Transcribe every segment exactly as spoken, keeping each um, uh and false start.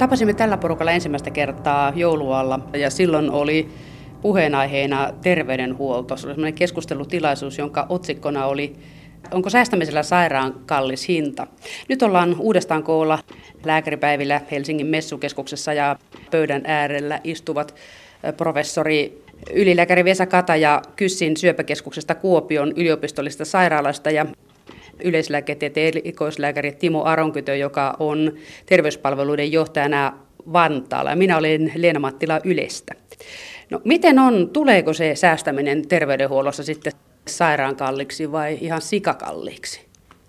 tapasimme tällä porukalla ensimmäistä kertaa joulualla ja silloin oli puheenaiheena terveydenhuolto. Se oli sellainen keskustelutilaisuus, jonka otsikkona oli "Onko säästämisellä sairaan kallis hinta?". Nyt ollaan uudestaan koolla lääkäripäivillä Helsingin messukeskuksessa ja pöydän äärellä istuvat professori ylilääkäri Vesa Kataja KYSin syöpäkeskuksesta Kuopion yliopistollisesta sairaalasta ja yleislääketieteen erikoislääkäri Timo Aronkytö, joka on terveyspalveluiden johtajana Vantaalla. Minä olen Leena Mattila Ylestä. No, miten on, tuleeko se säästäminen terveydenhuollossa sitten sairaan kalliiksi vai ihan sikakalliiksi?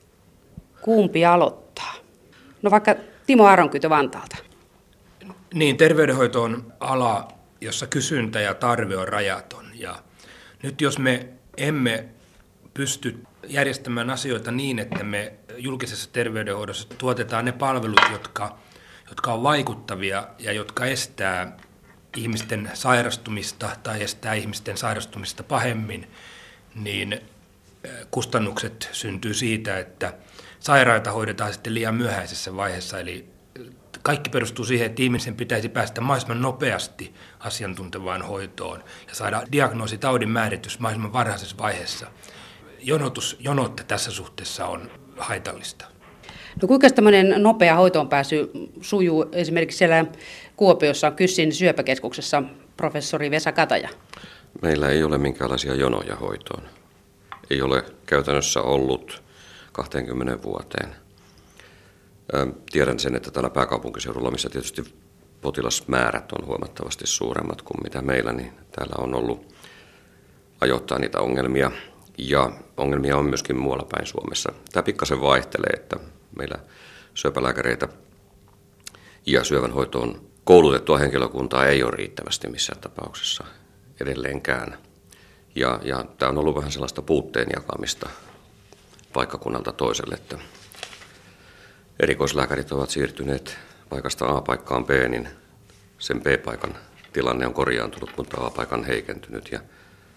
Kumpi aloittaa? No vaikka Timo Aronkytö Vantaalta. Niin, terveydenhoito on ala, jossa kysyntä ja tarve on rajaton. Ja nyt jos me emme pysty järjestämään asioita niin, että me julkisessa terveydenhoidossa tuotetaan ne palvelut, jotka, jotka on vaikuttavia ja jotka estää ihmisten sairastumista tai estää ihmisten sairastumista pahemmin, niin kustannukset syntyy siitä, että sairaita hoidetaan sitten liian myöhäisessä vaiheessa. Eli kaikki perustuu siihen, että ihmisen pitäisi päästä mahdollisimman nopeasti asiantuntevaan hoitoon ja saada diagnoosi, taudin määritys mahdollisimman varhaisessa vaiheessa. Jonotus, jonotta tässä suhteessa on haitallista. No kuinka tämmöinen nopea hoitoon pääsy sujuu esimerkiksi siellä Kuopiossa KYSin syöpäkeskuksessa, professori Vesa Kataja? Meillä ei ole minkäänlaisia jonoja hoitoon. Ei ole käytännössä ollut kaksikymmentä vuoteen. Tiedän sen, että täällä pääkaupunkiseudulla, missä tietysti potilasmäärät on huomattavasti suuremmat kuin mitä meillä, niin täällä on ollut ajoittain niitä ongelmia. Ja ongelmia on myöskin muualla päin Suomessa. Tämä pikkasen vaihtelee, että meillä syöpälääkäreitä ja syövänhoitoon koulutettua henkilökuntaa ei ole riittävästi missään tapauksessa edelleenkään. Ja, ja tämä on ollut vähän sellaista puutteen jakamista paikkakunnalta toiselle, että erikoislääkärit ovat siirtyneet paikasta A paikkaan B, niin sen B-paikan tilanne on korjaantunut, mutta A-paikan heikentynyt. Ja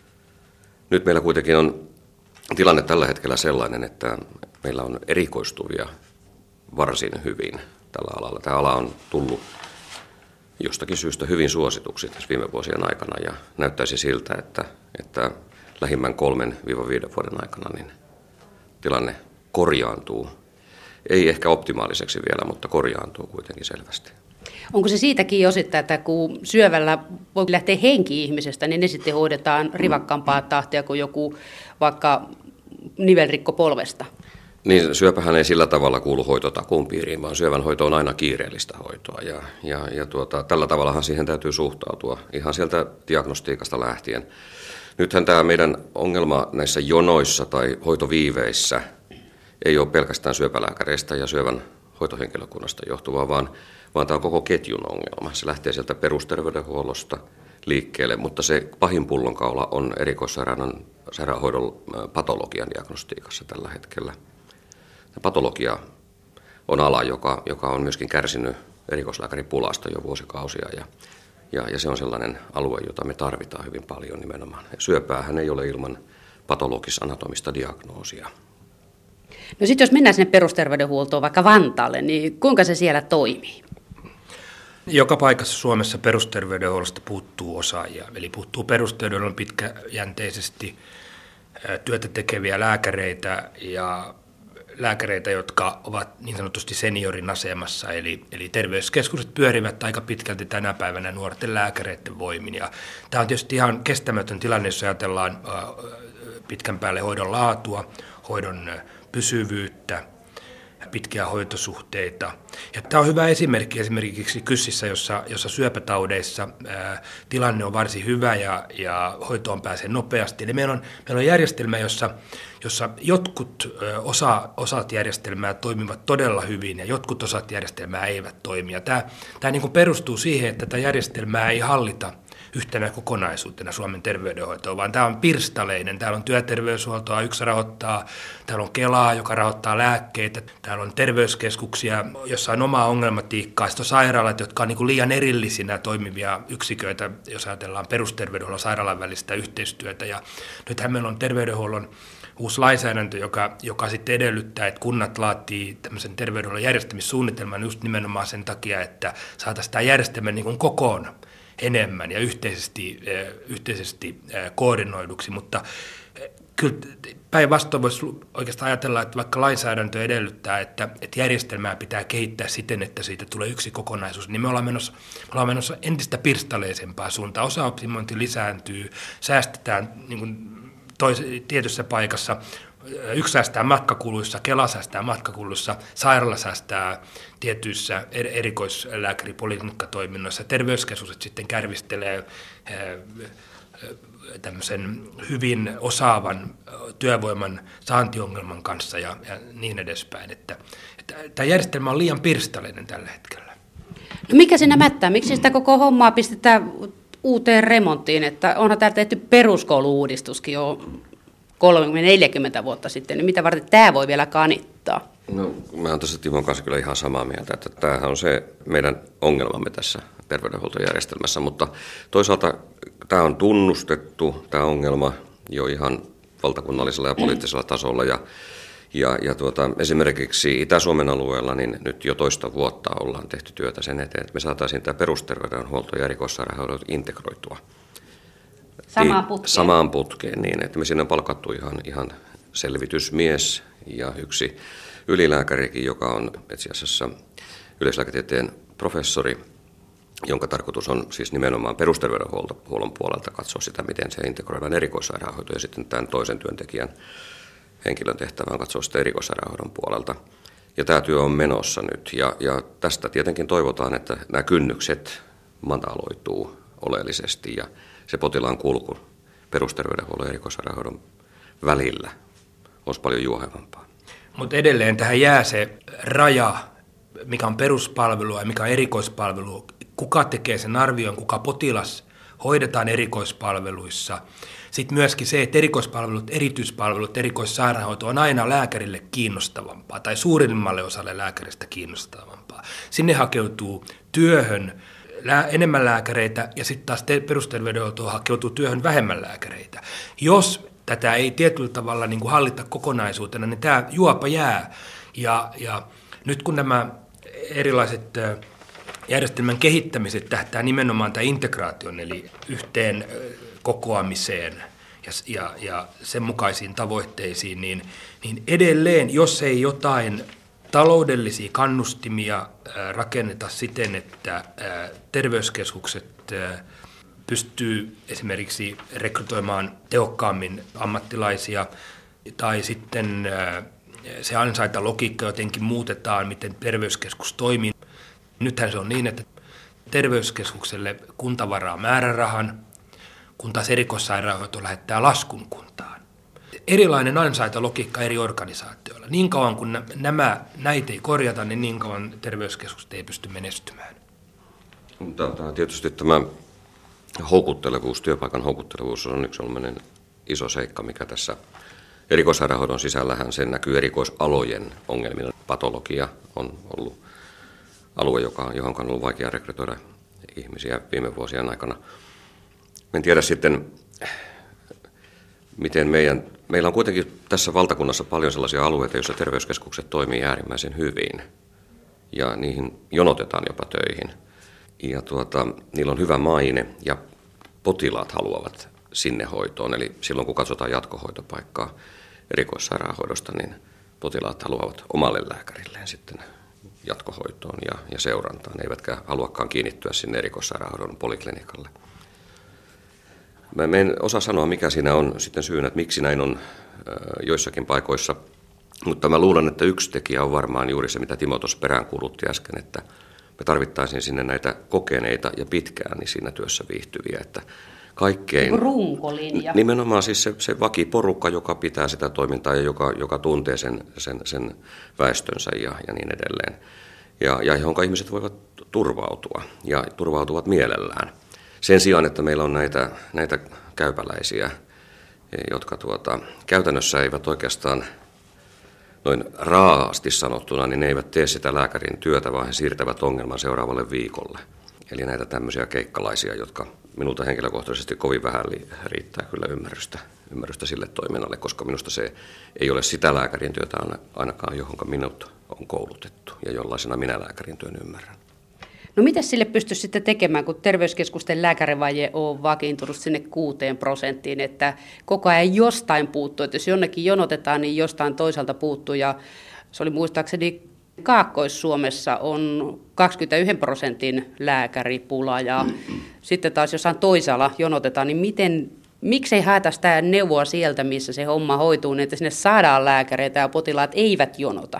nyt meillä kuitenkin on tilanne tällä hetkellä sellainen, että meillä on erikoistuvia varsin hyvin tällä alalla. Tämä ala on tullut jostakin syystä hyvin suosituksi tässä viime vuosien aikana ja näyttäisi siltä, että, että lähimmän kolmen viiva viiden vuoden aikana niin tilanne korjaantuu. Ei ehkä optimaaliseksi vielä, mutta korjaantuu kuitenkin selvästi. Onko se siitäkin osittain, että kun syövällä voi lähteä henki ihmisestä, niin ne sitten hoidetaan rivakkaampaa tahtia kuin joku vaikka nivelrikko polvesta? Niin, syöpähän ei sillä tavalla kuulu hoitotakuun piiriin, vaan syövän hoito on aina kiireellistä hoitoa. Ja, ja, ja tuota, tällä tavallahan siihen täytyy suhtautua ihan sieltä diagnostiikasta lähtien. Nythän tämä meidän ongelma näissä jonoissa tai hoitoviiveissä ei ole pelkästään syöpälääkäreistä ja syövän hoitohenkilökunnasta johtuvaa, vaan, vaan tämä on koko ketjun ongelma. Se lähtee perusterveydenhuollosta liikkeelle, mutta se pahin pullonkaula on erikoissairaanhoidon patologian diagnostiikassa tällä hetkellä. Ja patologia on ala, joka, joka on myöskin kärsinyt erikoislääkäripulasta jo vuosikausia, ja, ja, ja se on sellainen alue, jota me tarvitaan hyvin paljon nimenomaan. Syöpäähän ei ole ilman patologis-anatomista diagnoosia. No sitten jos mennään sinne perusterveydenhuoltoon, vaikka Vantaalle, niin kuinka se siellä toimii? Joka paikassa Suomessa perusterveydenhuollosta puuttuu osaajia, eli puuttuu perusterveydenhuollon pitkäjänteisesti työtä tekeviä lääkäreitä ja lääkäreitä, jotka ovat niin sanotusti seniorin asemassa, eli, eli terveyskeskukset pyörivät aika pitkälti tänä päivänä nuorten lääkäreiden voimin. Ja tämä on tietysti ihan kestämätön tilanne, jos ajatellaan pitkän päälle hoidon laatua, hoidon pysyvyyttä, pitkiä hoitosuhteita. Ja tämä on hyvä esimerkki esimerkiksi KYSissä, jossa, jossa syöpätaudeissa ää, tilanne on varsin hyvä ja, ja hoitoon pääsee nopeasti. Eli meillä on, meillä on järjestelmä, jossa, jossa jotkut ä, osa, osat järjestelmää toimivat todella hyvin ja jotkut osat järjestelmää eivät toimi. Ja tämä, tämä niin kuin perustuu siihen, että tätä järjestelmää ei hallita yhtenä kokonaisuutena Suomen terveydenhoitoa, vaan tämä on pirstaleinen. Täällä on työterveyshuoltoa, yksi rahoittaa, täällä on Kelaa, joka rahoittaa lääkkeitä, täällä on terveyskeskuksia, jossa on omaa ongelmatiikkaa, sitten on sairaalat, jotka on niin kuin liian erillisinä toimivia yksiköitä, jos ajatellaan perusterveydenhuollon sairaalan välistä yhteistyötä. Ja nythän meillä on terveydenhuollon uusi lainsäädäntö, joka, joka sitten edellyttää, että kunnat laatii tämmöisen terveydenhuollon järjestämissuunnitelman just nimenomaan sen takia, että saataisiin tämä järjestelmä niin kuin kokoon enemmän ja yhteisesti, yhteisesti koordinoiduksi, mutta kyllä päinvastoin voisi oikeastaan ajatella, että vaikka lainsäädäntö edellyttää, että, että järjestelmää pitää kehittää siten, että siitä tulee yksi kokonaisuus, niin me ollaan menossa, me ollaan menossa entistä pirstaleisempaa suuntaan. Osaoptimointi lisääntyy, säästetään niin kuin tois, tietyssä paikassa, yksi säästää matkakuluissa, Kela säästää matkakuluissa, sairaala säästää tietyissä erikoislääkäripoliklinikkatoiminnoissa, terveyskeskukset sitten kärvistelee tämmöisen hyvin osaavan työvoiman saantiongelman kanssa ja, ja niin edespäin. Että, että tämä järjestelmä on liian pirstaleinen tällä hetkellä. No mikä siinä mättää? Miksi sitä koko hommaa pistetään uuteen remonttiin? Että onhan täällä tehty peruskoulu-uudistuskin jo kolmekymmentä neljäkymmentä vuotta sitten, niin mitä varten tämä voi vielä kanittaa? No, mä oon tässä Timon kanssa kyllä ihan samaa mieltä, että tämähän on se meidän ongelmamme tässä terveydenhuoltojärjestelmässä, mutta toisaalta tämä on tunnustettu, tämä ongelma, jo ihan valtakunnallisella ja poliittisella tasolla, ja, ja, ja tuota, esimerkiksi Itä-Suomen alueella niin nyt jo toista vuotta ollaan tehty työtä sen eteen, että me saataisiin tämä perusterveydenhuolto ja erikoissairaanhoidot integroitua. Samaan putkeen. Samaan putkeen niin, että me sinne on palkattu ihan, ihan selvitysmies ja yksi ylilääkärikin, joka on itse asiassa yleislääketieteen professori, jonka tarkoitus on siis nimenomaan perusterveydenhuollon puolelta katsoa sitä, miten se integroidaan erikoissairaanhoitoon, ja sitten tämän toisen työntekijän henkilön tehtävä on katsoa sitä erikoissairaanhoidon puolelta. Ja tämä työ on menossa nyt, ja, ja tästä tietenkin toivotaan, että nämä kynnykset mataloituu oleellisesti, ja se potilaan kulku perusterveydenhuollon ja erikoissairaanhoidon välillä olisi paljon juohevampaa. Mutta edelleen tähän jää se raja, mikä on peruspalvelua ja mikä on erikoispalvelua. Kuka tekee sen arvion, kuka potilas hoidetaan erikoispalveluissa. Sitten myöskin se, että erikoispalvelut, erityispalvelut, erikoissairaanhoito on aina lääkärille kiinnostavampaa tai suurimmalle osalle lääkäristä kiinnostavampaa. Sinne hakeutuu työhön enemmän lääkäreitä ja sitten taas perusterveydenhuoltoon hakeutuu työhön vähemmän lääkäreitä. Jos tätä ei tietyllä tavalla niin kuin hallita kokonaisuutena, niin tämä juopa jää. Ja, ja nyt kun nämä erilaiset järjestelmän kehittämiset tähtää nimenomaan tämän integraation, eli yhteen kokoamiseen ja, ja, ja sen mukaisiin tavoitteisiin, niin, niin edelleen, jos ei jotain taloudellisia kannustimia rakenneta siten, että terveyskeskukset pystyy esimerkiksi rekrytoimaan tehokkaammin ammattilaisia, tai sitten se ansaintalogiikka jotenkin muutetaan, miten terveyskeskus toimii. Nythän se on niin, että terveyskeskukselle kunta varaa määrärahan, kun taas erikoissairaanhoito lähettää laskun kuntaan. Erilainen ansaintalogiikka eri organisaatioilla. Niin kauan kun nämä, näitä ei korjata, niin niin kauan terveyskeskukset ei pysty menestymään. Tämä tietysti tämä houkuttelevuus, työpaikan houkuttelevuus on yksi sellainen iso seikka, mikä tässä erikoissairaanhoidon sisällähän sen näkyy erikoisalojen ongelmina. Patologia on ollut alue, joka, johon on ollut vaikea rekrytoida ihmisiä viime vuosien aikana. En tiedä sitten, miten meidän, meillä on kuitenkin tässä valtakunnassa paljon sellaisia alueita, joissa terveyskeskukset toimii äärimmäisen hyvin ja niihin jonotetaan jopa töihin. Ja tuota, niillä on hyvä maine ja potilaat haluavat sinne hoitoon. Eli silloin kun katsotaan jatkohoitopaikkaa erikoissairaanhoidosta, niin potilaat haluavat omalle lääkärilleen sitten jatkohoitoon ja, ja seurantaan, eivätkä haluakaan kiinnittyä sinne erikoissairaanhoidon poliklinikalle. Mä en osaa sanoa, mikä siinä on sitten syynä, että miksi näin on joissakin paikoissa, mutta mä luulen, että yksi tekijä on varmaan juuri se, mitä Timo tuossa peräänkuulutti äsken, että me tarvittaisiin sinne näitä kokeneita ja pitkään niin siinä työssä viihtyviä, että kaikkein runkolinja. Nimenomaan siis se, se vakiporukka, joka pitää sitä toimintaa ja joka, joka tuntee sen, sen, sen väestönsä ja, ja niin edelleen. Ja, ja johon ihmiset voivat turvautua ja turvautuvat mielellään. Sen sijaan, että meillä on näitä, näitä käypäläisiä, jotka tuota, käytännössä eivät oikeastaan noin raaasti sanottuna, niin ne eivät tee sitä lääkärin työtä, vaan he siirtävät ongelman seuraavalle viikolle. Eli näitä tämmöisiä keikkalaisia, jotka minulta henkilökohtaisesti kovin vähän riittää kyllä ymmärrystä, ymmärrystä sille toiminnalle, koska minusta se ei ole sitä lääkärin työtä ainakaan, johon minut on koulutettu ja jollaisena minä lääkärin työn ymmärrän. No mitä sille pystyisi sitten tekemään, kun terveyskeskusten lääkärivaje on vakiintunut sinne kuuteen prosenttiin, että koko ajan jostain puuttuu, että jos jonnekin jonotetaan, niin jostain toisaalta puuttuu, ja se oli muistaakseni Kaakkois-Suomessa on kaksikymmentäyksi prosentin lääkäripula, ja sitten taas jossain toisaalla jonotetaan, niin miten, miksei haeta sitä neuvoa sieltä, missä se homma hoituu, niin että sinne saadaan lääkäreitä ja potilaat eivät jonota?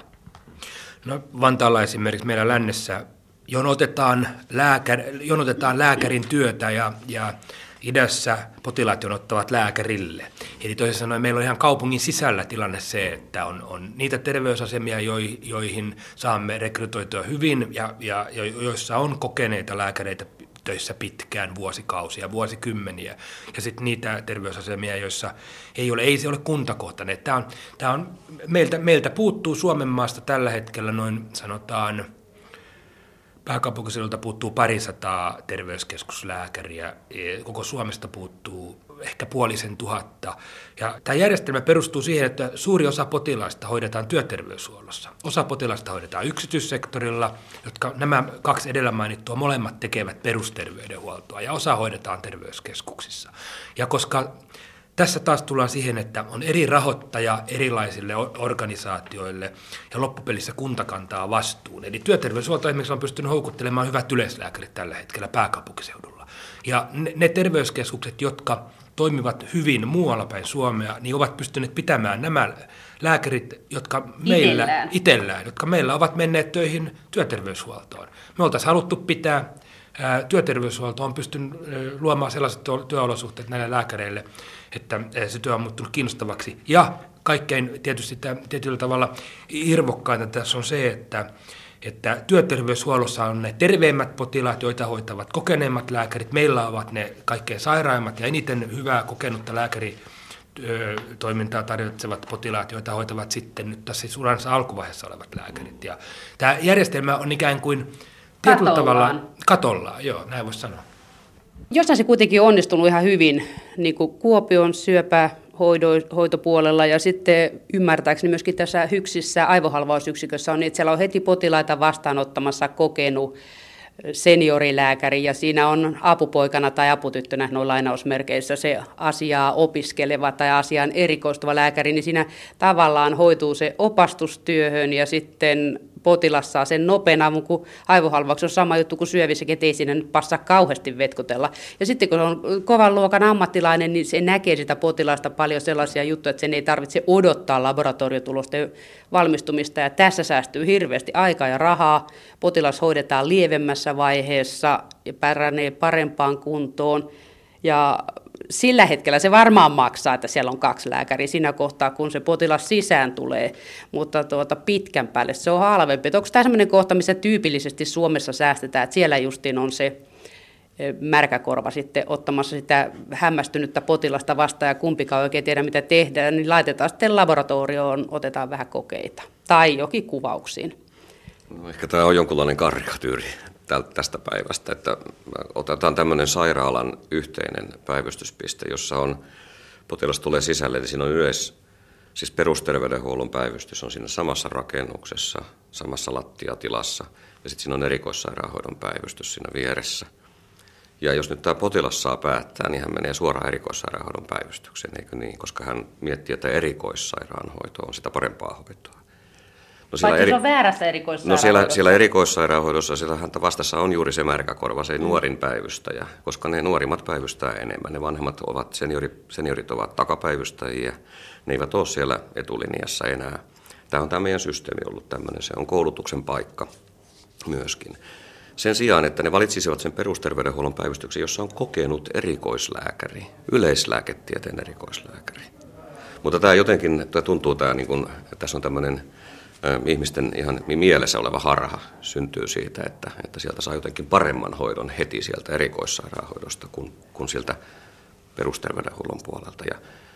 No Vantaalla esimerkiksi meillä lännessä jonotetaan, lääkär, jonotetaan lääkärin työtä ja, ja idässä potilaat jonottavat lääkärille. Eli toisin sanoen meillä on ihan kaupungin sisällä tilanne se, että on, on niitä terveysasemia, joihin saamme rekrytoitua hyvin ja, ja joissa on kokeneita lääkäreitä töissä pitkään, vuosikausia, vuosikymmeniä. Ja sitten niitä terveysasemia, joissa ei ole, ei se ole kuntakohtainen. Tämä on, tämä on, meiltä, meiltä puuttuu Suomen maasta tällä hetkellä noin sanotaan, pääkaupunkiseudulta puuttuu parisataa terveyskeskuslääkäriä, koko Suomesta puuttuu ehkä puolisen tuhatta. Ja tämä järjestelmä perustuu siihen, että suuri osa potilaista hoidetaan työterveyshuollossa. Osa potilaista hoidetaan yksityissektorilla, jotka nämä kaksi edellä mainittua molemmat tekevät perusterveydenhuoltoa, ja osa hoidetaan terveyskeskuksissa. Ja koska tässä taas tullaan siihen, että on eri rahoittaja erilaisille organisaatioille ja loppupelissä kunta kantaa vastuun. Eli työterveyshuolto esimerkiksi on pystynyt houkuttelemaan hyvät yleislääkärit tällä hetkellä pääkaupunkiseudulla. Ja ne, ne terveyskeskukset, jotka toimivat hyvin muualla päin Suomea, niin ovat pystyneet pitämään nämä lääkärit, jotka meillä itellään, itellään jotka meillä ovat menneet töihin työterveyshuoltoon. Me oltaisiin haluttu pitää. Työterveyshuolto on pystynyt luomaan sellaiset työolosuhteet näille lääkäreille, että se työ on muuttunut kiinnostavaksi. Ja kaikkein tietysti tietyllä tavalla irvokkainta tässä on se, että, että työterveyshuollossa on ne terveimmät potilaat, joita hoitavat kokeneemmat lääkärit. Meillä ovat ne kaikkein sairaimmat ja eniten hyvää kokenutta lääkäritoimintaa tarvitsevat potilaat, joita hoitavat sitten nyt tässä uransa alkuvaiheessa olevat lääkärit. Ja tämä järjestelmä on ikään kuin tietyllä tavalla katollaan, joo, näin voisi sanoa. Jossain se kuitenkin on onnistunut ihan hyvin, niin kuin Kuopion syöpähoitopuolella, ja sitten ymmärtääkseni myöskin tässä HYKSissä aivohalvausyksikössä on niin, että siellä on heti potilaita vastaanottamassa kokenut seniorilääkäri, ja siinä on apupoikana tai aputyttönä noin lainausmerkeissä se asiaa opiskeleva tai asiaan erikoistuva lääkäri, niin siinä tavallaan hoituu se opastustyöhön, ja sitten potilas saa sen nopeana, kun aivohalvaus on sama juttu kuin syövissäkin, ettei siinä nyt passaa kauheasti vetkutella. Ja sitten kun on kovan luokan ammattilainen, niin se näkee sitä potilasta paljon sellaisia juttuja, että sen ei tarvitse odottaa laboratoriotulosten valmistumista, ja tässä säästyy hirveästi aikaa ja rahaa. Potilas hoidetaan lievemmässä vaiheessa ja paranee parempaan kuntoon, ja sillä hetkellä se varmaan maksaa, että siellä on kaksi lääkäriä siinä kohtaa, kun se potilas sisään tulee, mutta tuota, pitkän päälle se on halvempi. Onko tämä sellainen kohta, missä tyypillisesti Suomessa säästetään, että siellä justiin on se märkäkorva sitten ottamassa sitä hämmästynyttä potilasta vastaan, ja kumpikaan oikein tiedä, mitä tehdään, niin laitetaan sitten laboratorioon, otetaan vähän kokeita tai jokin kuvauksiin. No, ehkä tämä on jonkunlainen karikatyyri tästä päivästä, että otetaan tämmöinen sairaalan yhteinen päivystyspiste, jossa on, potilas tulee sisälle, eli siinä on yleis, siis perusterveydenhuollon päivystys on siinä samassa rakennuksessa, samassa lattiatilassa, ja sitten siinä on erikoissairaanhoidon päivystys siinä vieressä. Ja jos nyt tämä potilas saa päättää, niin hän menee suoraan erikoissairaanhoidon päivystykseen, eikö niin, koska hän miettii, että erikoissairaanhoito on sitä parempaa hoitoa. No Paitsi eri... se on väärässä erikoissairaanhoidossa. No siellä, siellä erikoissairaanhoidossa siellä häntä vastassa on juuri se märkäkorva, se nuorin päivystäjä, koska ne nuorimmat päivystää enemmän. Ne vanhemmat ovat, seniori, seniorit ovat takapäivystäjiä, ne eivät ole siellä etulinjassa enää. Tämä on tämä meidän systeemi ollut tämmöinen, se on koulutuksen paikka myöskin. Sen sijaan, että ne valitsisivat sen perusterveydenhuollon päivystyksen, jossa on kokenut erikoislääkäri, yleislääketieteen erikoislääkäri. Mutta tämä jotenkin, tämä tuntuu, tämä, niin kuin, tässä on tämmöinen ihmisten ihan mielessä oleva harha syntyy siitä, että, että sieltä saa jotenkin paremman hoidon heti sieltä erikoissairaanhoidosta kuin, kuin sieltä perusterveydenhuollon puolelta. Ja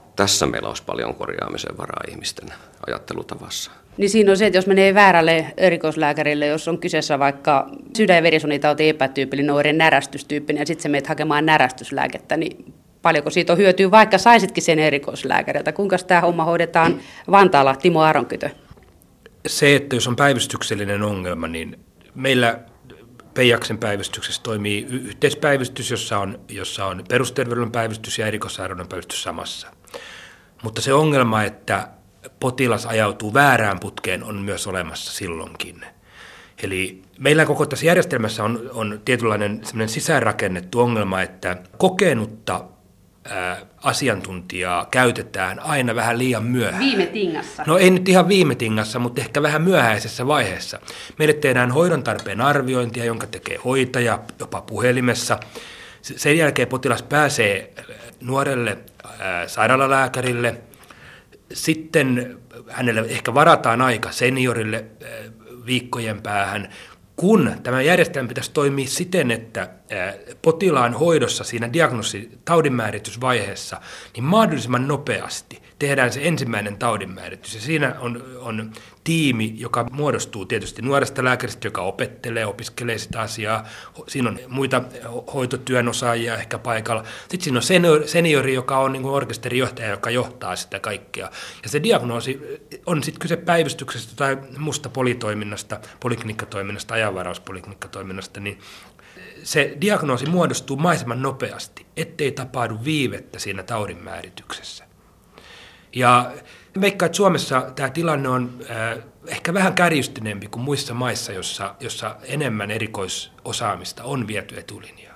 Tässä meillä olisi paljon korjaamisen varaa ihmisten ajattelutavassa. Niin siinä on se, että jos menee väärälle erikoislääkärille, jos on kyseessä vaikka sydän- ja verisuonitauti epätyypillinen, oireen närästystyyppinen, ja sitten sä menet hakemaan närästyslääkettä, niin paljonko siitä on hyötyä, vaikka saisitkin sen erikoislääkäriltä? Kuinka tämä homma hoidetaan Vantaalla, Timo Aronkytö? Se, että jos on päivystyksellinen ongelma, niin meillä Peijaksen päivystyksessä toimii yhteispäivystys, jossa on, jossa on perusterveydenhuollon päivystys ja erikoissairaanhoidon päivystys samassa. Mutta se ongelma, että potilas ajautuu väärään putkeen, on myös olemassa silloinkin. Eli meillä koko tässä järjestelmässä on, on tietynlainen sisäänrakennettu ongelma, että kokenutta ää, asiantuntijaa käytetään aina vähän liian myöhään. Viime tingassa. No ei nyt ihan viime tingassa, mutta ehkä vähän myöhäisessä vaiheessa. Meille tehdään hoidon tarpeen arviointia, jonka tekee hoitaja jopa puhelimessa. Sen jälkeen potilas pääsee nuorelle ää, sairaalalääkärille. Sitten hänelle ehkä varataan aika seniorille viikkojen päähän, kun tämä järjestelmä pitäisi toimia siten, että potilaan hoidossa siinä diagnoosi taudinmääritysvaiheessa niin mahdollisimman nopeasti tehdään se ensimmäinen taudinmääritys. Ja siinä on, on tiimi, joka muodostuu tietysti nuoresta lääkäristä, joka opettelee, opiskelee sitä asiaa. Siinä on muita hoitotyön osaajia ehkä paikalla. Sitten siinä on seniori, seniori joka on niin kuin orkesterijohtaja, joka johtaa sitä kaikkea. Ja se diagnoosi on sitten kyse päivystyksestä tai muusta politoiminnasta, poliklinikkatoiminnasta, ajanvarauspoliklinikkatoiminnasta, niin se diagnoosi muodostuu mahdollisimman nopeasti, ettei tapahdu viivettä siinä taudinmäärityksessä. Ja veikkaan, että Suomessa tämä tilanne on äh, ehkä vähän kärjistyneempi kuin muissa maissa, jossa, jossa enemmän erikoisosaamista on viety etulinjaan.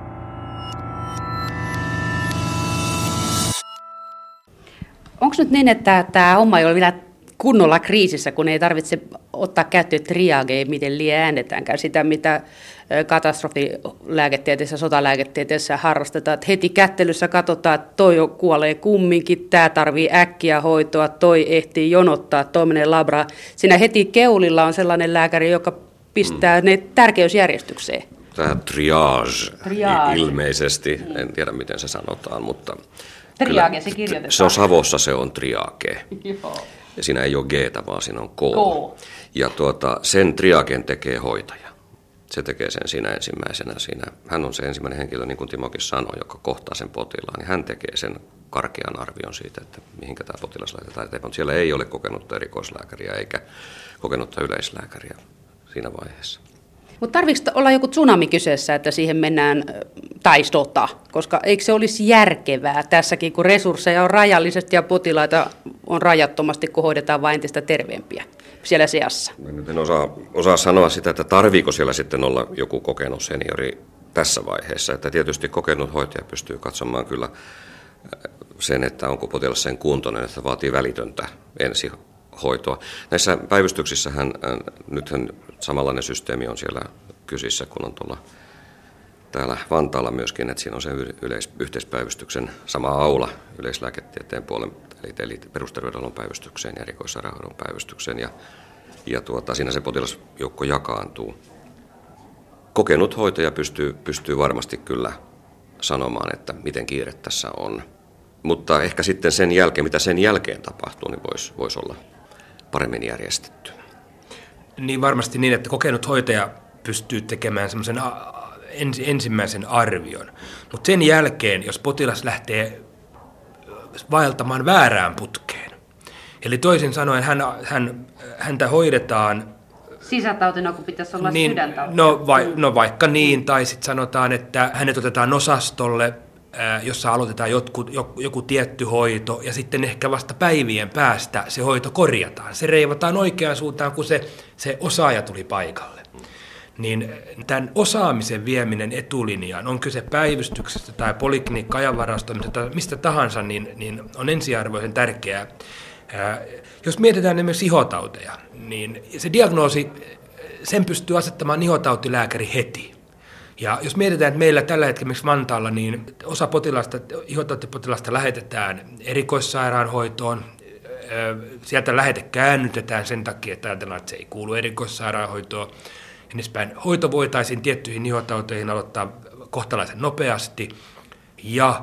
Onko nyt niin, että tämä homma ei ole vielä kunnolla kriisissä, kun ei tarvitse ottaa käyttöön triagea, miten liian äännetäänkään sitä, mitä katastrofilääketieteessä, sotalääketieteessä harrastetaan. Että heti kättelyssä katsotaan, että toi kuolee kumminkin, tämä tarvii äkkiä hoitoa, toi ehtii jonottaa, toi menee labraa. Siinä heti keulilla on sellainen lääkäri, joka pistää mm. ne tärkeysjärjestykseen. Tämä triage, triage. ilmeisesti, mm. en tiedä miten se sanotaan, mutta triage se kirjoitetaan. Se on Savossa, se on triage. Joo. Ja siinä ei ole G-tä, vaan siinä on K. K. Ja tuota, sen triagen tekee hoitaja. Se tekee sen siinä ensimmäisenä. Siinä. Hän on se ensimmäinen henkilö, niin kuin Timokin sanoi, joka kohtaa sen potilaan. Niin hän tekee sen karkean arvion siitä, että mihinkä tämä potilas laitetaan eteenpäin. Siellä ei ole kokenutta erikoislääkäriä eikä kokenutta yleislääkäriä siinä vaiheessa. Mutta tarvitseeko olla joku tsunami kyseessä, että siihen mennään tai sota? Koska eikö se olisi järkevää tässäkin, kun resursseja on rajallisesti ja potilaita on rajattomasti, kun hoidetaan vain entistä terveempiä siellä seassa? Mä nyt en osaa, osaa sanoa sitä, että tarviiko siellä sitten olla joku kokenut seniori tässä vaiheessa. Että tietysti kokenut hoitaja pystyy katsomaan kyllä sen, että onko potilas sen kuntoinen, että vaatii välitöntä ensihoitoa. Näissä päivystyksissähän nythän samanlainen systeemi on siellä kysissä, kun on tuolla täällä Vantaalla myöskin, että siinä on se yleis- yhteispäivystyksen sama aula yleislääketieteen puolen, eli, eli perusterveydenhuollon päivystykseen ja erikoissairaanhoidon päivystykseen, ja, ja tuota, siinä se potilasjoukko jakaantuu. Kokenut hoitaja pystyy, pystyy varmasti kyllä sanomaan, että miten kiire tässä on, mutta ehkä sitten sen jälkeen, mitä sen jälkeen tapahtuu, niin voisi vois olla paremmin järjestetty. Niin varmasti niin, että kokenut hoitaja pystyy tekemään semmoisen ensimmäisen arvion. Mutta sen jälkeen, jos potilas lähtee vaeltamaan väärään putkeen, eli toisin sanoen hän, hän, häntä hoidetaan sisätautina, kun pitäisi olla niin, sydäntautina. No, vai, no vaikka niin, tai sitten sanotaan, että hänet otetaan osastolle, jossa aloitetaan joku, joku, joku tietty hoito, ja sitten ehkä vasta päivien päästä se hoito korjataan. Se reivataan oikeaan suuntaan, kun se, se osaaja tuli paikalle. Niin tämän osaamisen vieminen etulinjaan, on kyse päivystyksestä tai poliklinikka, ajanvaraustoimisesta tai mistä tahansa, niin, niin on ensiarvoisen tärkeää. Ää, jos mietitään esimerkiksi ihotauteja, niin se diagnoosi, sen pystyy asettamaan ihotautilääkäri heti. Ja jos mietitään, että meillä tällä hetkellä esimerkiksi Vantaalla, niin osa potilasta, ihotautipotilasta lähetetään erikoissairaanhoitoon. Sieltä lähete käännytetään sen takia, että ajatellaan, että se ei kuulu erikoissairaanhoitoon. Ja niin päin. Hoito voitaisiin tiettyihin ihotauteihin aloittaa kohtalaisen nopeasti. Ja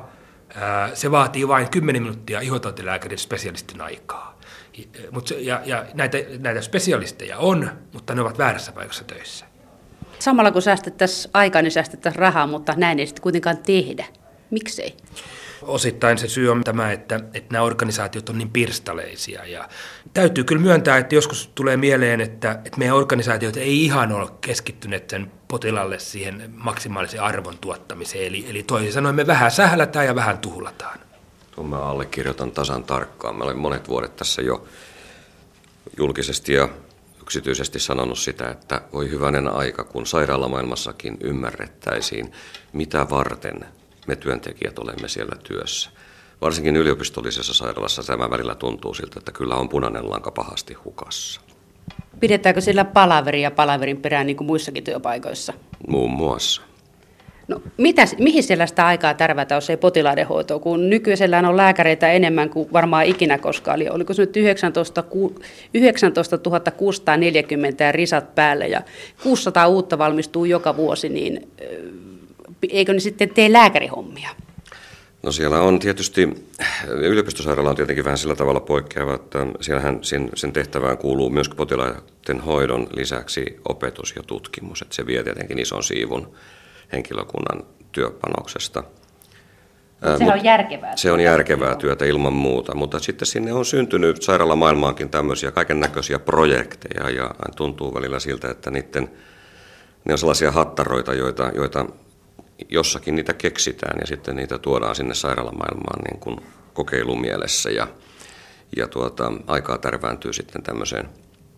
Se vaatii vain kymmenen minuuttia ihotautilääkärin spesialistin aikaa. Ja, ja näitä, näitä spesialisteja on, mutta ne ovat väärässä paikassa töissä. Samalla kun säästettäisiin aikaa, niin säästettäisiin rahaa, mutta näin ei sitten kuitenkaan tehdä. Miksei? Osittain se syy on tämä, että, että nämä organisaatiot on niin pirstaleisia. Ja täytyy kyllä myöntää, että joskus tulee mieleen, että, että meidän organisaatiot ei ihan ole keskittyneet sen potilaalle siihen maksimaalisen arvon tuottamiseen. Eli, eli toisin sanoen me vähän sählätään ja vähän tuhlataan. Tuon mä allekirjoitan tasan tarkkaan. Mä olen monet vuodet tässä jo julkisesti ja yksityisesti sanonut sitä, että voi hyvänen aika, kun sairaalamaailmassakin ymmärrettäisiin, mitä varten me työntekijät olemme siellä työssä. Varsinkin yliopistollisessa sairaalassa tämä välillä tuntuu siltä, että kyllä on punainen lanka pahasti hukassa. Pidetäänkö sillä palaveria palaverin perään niin kuin muissakin työpaikoissa? Muun muassa. No, mitä, mihin siellä sitä aikaa tärvätä, jos ei potilaiden hoitoa, kun nykyisellään on lääkäreitä enemmän kuin varmaan ikinä koskaan. Eli oliko se nyt yhdeksäntoistatuhatta kuusisataaneljäkymmentä ja risat päälle ja kuusisataa uutta valmistuu joka vuosi, niin eikö ne sitten tee lääkärihommia? No siellä on tietysti, yliopistosairaala on tietenkin vähän sillä tavalla poikkeava, että siellähän sen, sen tehtävään kuuluu myös potilaiden hoidon lisäksi opetus ja tutkimus, että se vie tietenkin ison siivun henkilökunnan työpanoksesta. Se on järkevää. Se on järkevää työtä ilman muuta, mutta sitten sinne on syntynyt sairaalamaailmaankin tämmöisiä kaiken näköisiä projekteja ja tuntuu välillä siltä, että niiden, ne on sellaisia hattaroita, joita, joita jossakin niitä keksitään ja sitten niitä tuodaan sinne sairaalamaailmaan niin kuin kokeilumielessä ja, ja tuota, aikaa tärvääntyy sitten tämmöiseen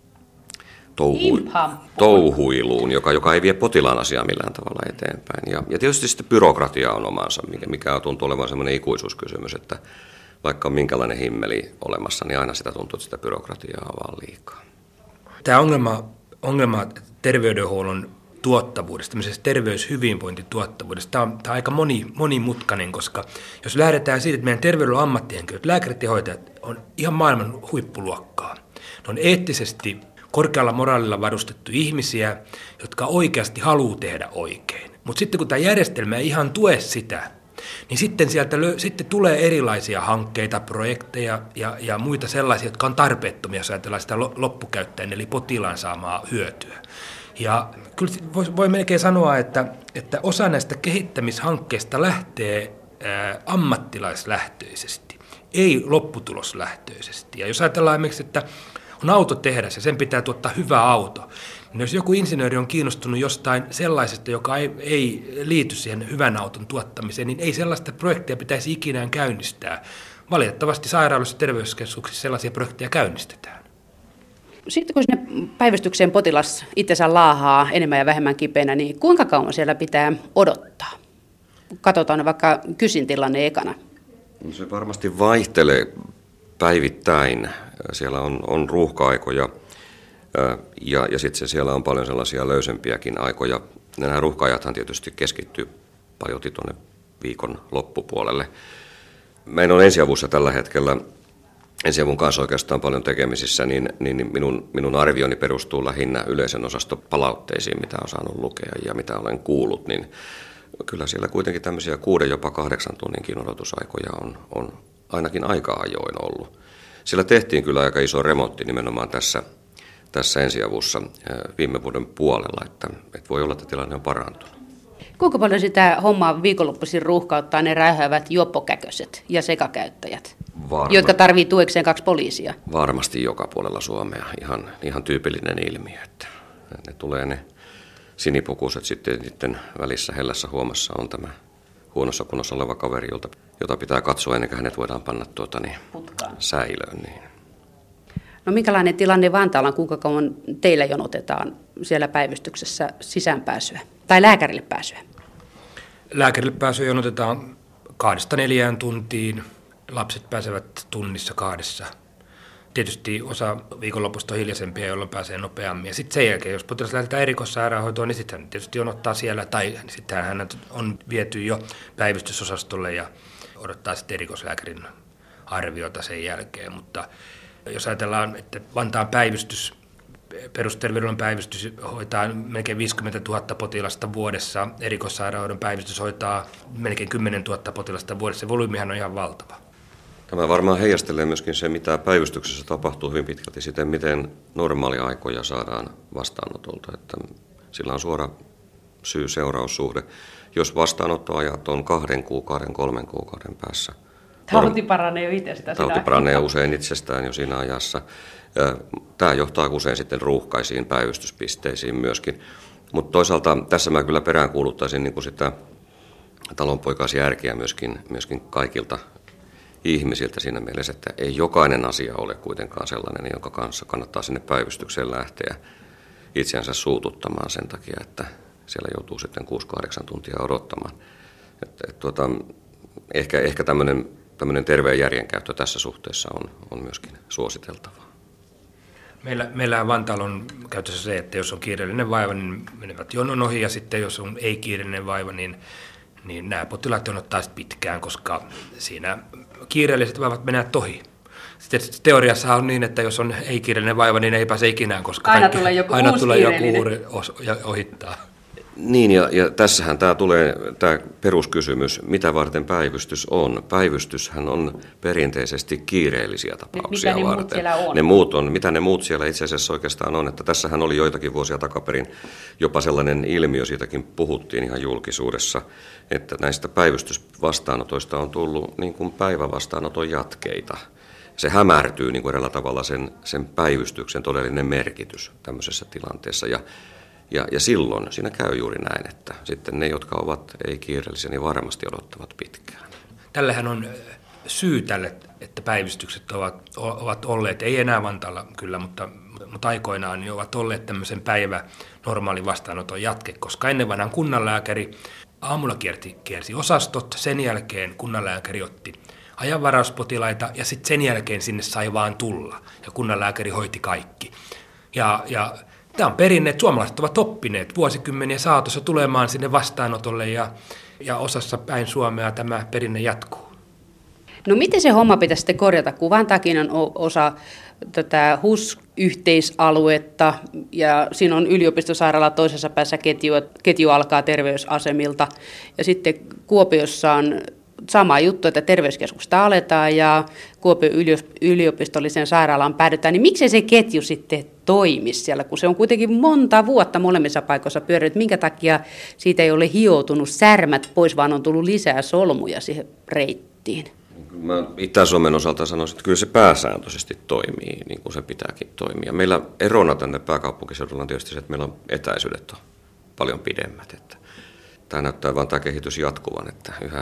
touhu, touhuiluun, joka, joka ei vie potilaan asiaa millään tavalla eteenpäin. Ja, ja tietysti sitten byrokratia on omansa, mikä, mikä tuntuu olevan semmoinen ikuisuuskysymys, että vaikka on minkälainen himmeli olemassa, niin aina sitä tuntuu, että sitä byrokratiaa on vaan liikaa. Tämä ongelma, ongelma terveydenhuollon tuottavuudesta, tämmöisestä terveyshyvinvointituottavuudesta, tämä on, tämä on aika moni, monimutkainen, koska jos lähdetään siitä, että meidän terveydenhuollon ammattihenkilöt, lääkärit ja hoitajat on ihan maailman huippuluokkaa. Ne on eettisesti korkealla moraalilla varustettu ihmisiä, jotka oikeasti haluaa tehdä oikein. Mutta sitten kun tämä järjestelmä ei ihan tue sitä, niin sitten sieltä lö- sitten tulee erilaisia hankkeita, projekteja ja, ja muita sellaisia, jotka on tarpeettomia, jos ajatellaan sitä loppukäyttäjän eli potilaan saamaa hyötyä. Ja kyllä voi, voi melkein sanoa, että, että osa näistä kehittämishankkeista lähtee ää, ammattilaislähtöisesti, ei lopputuloslähtöisesti. Ja jos ajatellaan esimerkiksi, että on autotehdas ja sen pitää tuottaa hyvä auto, niin jos joku insinööri on kiinnostunut jostain sellaisesta, joka ei, ei liity siihen hyvän auton tuottamiseen, niin ei sellaista projektia pitäisi ikinään käynnistää. Valitettavasti sairaaloissa ja terveyskeskuksissa sellaisia projekteja käynnistetään. Sitten kun sinne päivystykseen potilas itsensä laahaa enemmän ja vähemmän kipeänä, niin kuinka kauan siellä pitää odottaa? Katsotaan vaikka kysin tilanne ekana. Se varmasti vaihtelee päivittäin. Siellä on, on ruuhka-aikoja ja, ja sitten siellä on paljon sellaisia löysempiäkin aikoja. Nämä ruuhka-ajathan tietysti keskittyy paljon tuonne viikon loppupuolelle. Meillä on ensiavussa tällä hetkellä ensiavun kanssa oikeastaan paljon tekemisissä, niin, niin minun, minun arvioni perustuu lähinnä yleisen osaston palautteisiin, mitä olen saanut lukea ja mitä olen kuullut, niin kyllä siellä kuitenkin tämmöisiä kuuden, jopa kahdeksan tunninkin odotusaikoja on, on ainakin aika ajoin ollut. Siellä tehtiin kyllä aika iso remontti nimenomaan tässä, tässä ensiavussa viime vuoden puolella, että, että voi olla, että tilanne on parantunut. Kuinka paljon sitä hommaa viikonloppuisin ruuhkauttaa ne räyhäävät joppokäköset ja sekakäyttäjät, Varma. jotka tarvii tuekseen kaksi poliisia? Varmasti joka puolella Suomea. Ihan, ihan tyypillinen ilmiö, että ne tulee ne sinipukuiset sitten, sitten välissä hellässä huomassa on tämä huonossa kunnossa oleva kaveri, jota, jota pitää katsoa ennen kuin hänet voidaan panna tuota, niin, säilöön. Niin. No minkälainen tilanne Vantaalla on, kuinka kauan teillä jonotetaan siellä päivystyksessä sisäänpääsyä tai lääkärille pääsyä? Lääkärille pääsyä jonotetaan kahdesta neljään tuntiin. Lapset pääsevät tunnissa kahdessa. Tietysti osa viikonlopusta on hiljaisempia, jolloin pääsee nopeammin. Ja sitten sen jälkeen, jos potilas lähdetään erikoissairaanhoitoon, niin sitten hän tietysti jonottaa siellä, tai sitten hän on viety jo päivystysosastolle ja odottaa sitten erikoislääkärin arviota sen jälkeen. Mutta jos ajatellaan, että Vantaan päivystys perusterveydenhuollon päivystys hoitaa melkein viisikymmentätuhatta potilasta vuodessa, erikoissairaanhoidon päivystys hoitaa melkein kymmenentuhatta potilasta vuodessa. Se volyymihan on ihan valtava. Tämä varmaan heijastelee myöskin se, mitä päivystyksessä tapahtuu hyvin pitkälti siten, miten normaalia aikoja saadaan vastaanotolta. Että sillä on suora syy-seuraussuhde. Jos vastaanottoajat on kahden kuukauden, kolmen kuukauden päässä. Tauti paranee jo itsestään. Tauti paranee usein itsestään jo siinä ajassa. Tämä johtaa usein sitten ruuhkaisiin päivystyspisteisiin myöskin. Mutta toisaalta tässä mä kyllä peräänkuuluttaisin niin kuin sitä talonpoikaisjärkeä myöskin, myöskin kaikilta ihmisiltä siinä mielessä, että ei jokainen asia ole kuitenkaan sellainen, jonka kanssa kannattaa sinne päivystykseen lähteä itseänsä suututtamaan sen takia, että siellä joutuu sitten kuusi kahdeksan tuntia odottamaan. Et, et, tuota, ehkä ehkä tämmöinen, tämmöinen terveen järjenkäyttö tässä suhteessa on, on myöskin suositeltavaa. Meillä, meillä Vantaalla on käytössä se, että jos on kiireellinen vaiva, niin menevät jonon ohi, ja sitten jos on ei-kiireellinen vaiva, niin, niin nämä potilaat jonottaa pitkään, koska siinä kiireelliset vaivat menevät ohi. Sitten teoriassa on niin, että jos on ei-kiireellinen vaiva, niin ei pääse ikinä, koska aina tulee joku aina uusi tulee joku kiireellinen. ohittaa. Niin, ja, ja tässähän tämä tulee tämä peruskysymys, mitä varten päivystys on. Päivystyshän on perinteisesti kiireellisiä tapauksia mitä ne varten. Muut siellä on? Ne muut on, mitä ne muut siellä itse asiassa oikeastaan on, että tässähän oli joitakin vuosia takaperin jopa sellainen ilmiö, siitäkin puhuttiin ihan julkisuudessa, että näistä päivystysvastaanotoista on tullut niin kuin päivävastaanoton jatkeita. Se hämärtyy niin kuin eräällä tavalla sen, sen päivystyksen todellinen merkitys tämmöisessä tilanteessa. Ja Ja, ja silloin siinä käy juuri näin, että sitten ne, jotka ovat ei-kiireellisiä, niin varmasti odottavat pitkään. Tällähän on syy tälle, että päivystykset ovat, ovat olleet, ei enää Vantaalla kyllä, mutta, mutta aikoinaan niin ovat olleet tämmöisen päivä normaali vastaanoton jatke, koska ennen vanhan kunnanlääkäri aamulla kierti, kiersi osastot, sen jälkeen kunnanlääkäri otti ajanvarauspotilaita ja sitten sen jälkeen sinne sai vaan tulla ja kunnanlääkäri hoiti kaikki. Ja, ja tämä on perinne, että suomalaiset ovat oppineet vuosikymmeniä saatossa tulemaan sinne vastaanotolle ja, ja osassa päin Suomea tämä perinne jatkuu. No miten se homma pitäisi sitten korjata, kun Vantaakin on osa tätä H U S-yhteisaluetta ja siinä on yliopistosairaala toisessa päässä ketju, ketju alkaa terveysasemilta ja sitten Kuopiossa on sama juttu, että terveyskeskusta aletaan ja Kuopion yliopistollisen sairaalaan päädytään, niin miksei se ketju sitten toimi siellä, kun se on kuitenkin monta vuotta molemmissa paikoissa pyörinyt, minkä takia siitä ei ole hioutunut särmät pois, vaan on tullut lisää solmuja siihen reittiin? Mä Itä-Suomen osalta sanoisin, että kyllä se pääsääntöisesti toimii, niin kuin se pitääkin toimia. Meillä erona tänne pääkaupunkiseudulla on tietysti se, että meillä on etäisyydet on paljon pidemmät. Että tämä näyttää vaan tämä kehitys jatkuvan, että yhä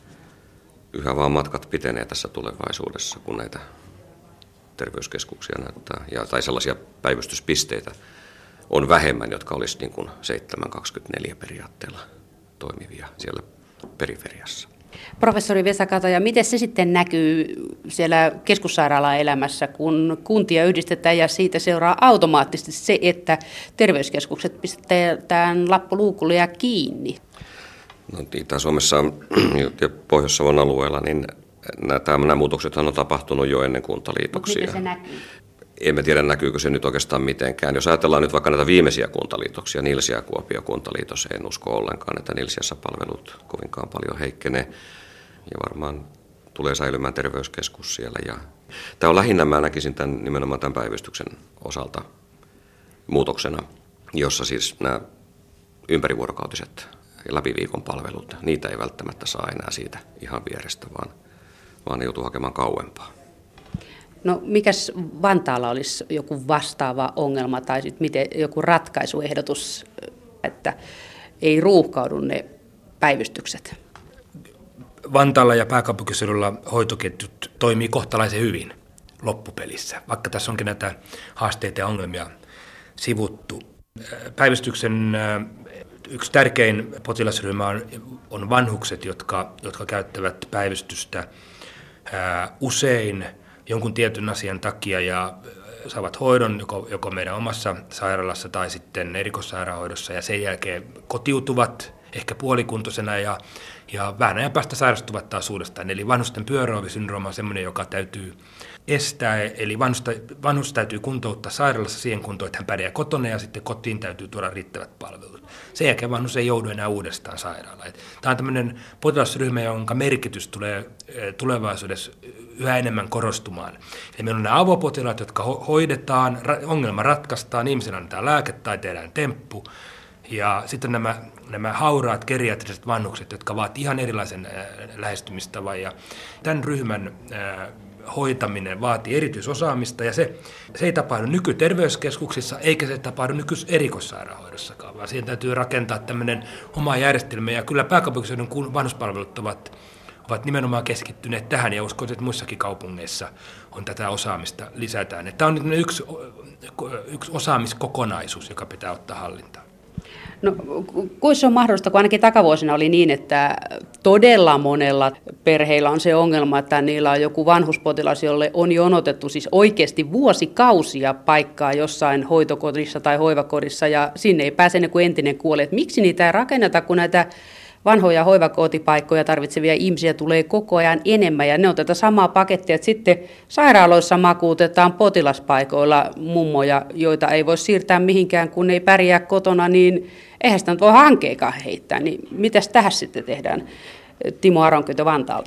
Yhä vaan matkat pitenee tässä tulevaisuudessa, kun näitä terveyskeskuksia näyttää, ja, tai sellaisia päivystyspisteitä on vähemmän, jotka olisi niin kuin seitsemän kaksikymmentäneljä periaatteella toimivia siellä periferiassa. Professori Vesa Kataja, miten se sitten näkyy siellä keskussairaalan elämässä, kun kuntia yhdistetään ja siitä seuraa automaattisesti se, että terveyskeskukset pistetään lappuluukulle ja kiinni? No, Itä-Suomessa ja Pohjois-Savon alueella, niin nämä, nämä muutoksethan on tapahtunut jo ennen kuntaliitoksia. Miten se näkyy? Emme tiedä, näkyykö se nyt oikeastaan mitenkään. Jos ajatellaan nyt vaikka näitä viimeisiä kuntaliitoksia, Nilsiä, Kuopio kuntaliitos, en usko ollenkaan, että Nilsiässä palvelut kovinkaan paljon heikkenee. Ja varmaan tulee säilymään terveyskeskus siellä. Ja tämä on lähinnä, mä näkisin tämän, nimenomaan tämän päivystyksen osalta muutoksena, jossa siis nämä ympärivuorokautiset läpi viikon palvelut, niitä ei välttämättä saa enää siitä ihan vierestä, vaan, vaan ne joutuu hakemaan kauempaa. No mikäs Vantaalla olisi joku vastaava ongelma tai sitten miten joku ratkaisuehdotus, että ei ruuhkaudu ne päivystykset? Vantaalla ja pääkaupunkiseudulla hoitoketjut toimii kohtalaisen hyvin loppupelissä, vaikka tässä onkin näitä haasteita ja ongelmia sivuttu. Päivystyksen yksi tärkein potilasryhmä on, on vanhukset, jotka, jotka käyttävät päivystystä ää, usein jonkun tietyn asian takia ja saavat hoidon joko, joko meidän omassa sairaalassa tai sitten erikoissairaanhoidossa ja sen jälkeen kotiutuvat ehkä puolikuntoisena ja, ja vähän ajan päästä sairastuvat taas uudestaan. Eli vanhusten pyöröovisyndrooma on sellainen, joka täytyy estää, eli vanhusta, vanhus täytyy kuntouttaa sairaalassa siihen kuntoon, että hän pärjää kotona ja sitten kotiin täytyy tuoda riittävät palvelut. Sen jälkeen vanhus ei joudu enää uudestaan sairaalaan. Tämä on tämmöinen potilasryhmä, jonka merkitys tulee tulevaisuudessa yhä enemmän korostumaan. Eli meillä on nämä avopotilaat, jotka ho- hoidetaan, ra- ongelma ratkaistaan, ihmisille annetaan lääke tai tehdään temppu. Ja sitten nämä, nämä hauraat geriatriset vanhukset, jotka vaativat ihan erilaisen äh, lähestymistavan. Ja tämän ryhmän äh, hoitaminen vaatii erityisosaamista, ja se, se ei tapahdu nykyterveyskeskuksissa, eikä se tapahdu nykyerikoissairaanhoidossakaan, vaan siihen täytyy rakentaa tämmöinen oma järjestelmä, ja kyllä pääkaupunkiseudun vanhuspalvelut ovat, ovat nimenomaan keskittyneet tähän, ja uskon, että muissakin kaupungeissa on tätä osaamista lisätään. Tämä on yksi, yksi osaamiskokonaisuus, joka pitää ottaa hallintaan. No, kuinka se on mahdollista, kun ainakin takavuosina oli niin, että todella monella perheillä on se ongelma, että niillä on joku vanhuspotilas, jolle on jonotettu siis oikeasti vuosikausia paikkaa jossain hoitokodissa tai hoivakodissa, ja sinne ei pääse ennen kuin entinen kuoli. Että miksi niitä ei rakenneta, kun näitä vanhoja hoivakotipaikkoja tarvitsevia ihmisiä tulee koko ajan enemmän, ja ne on tätä samaa pakettia, että sitten sairaaloissa makuutetaan potilaspaikoilla mummoja, joita ei voi siirtää mihinkään, kun ei pärjää kotona, niin eihän sitä nyt voi hankeikaan heittää. Niin mitäs tähän sitten tehdään, Timo Aronkytö Vantaalta?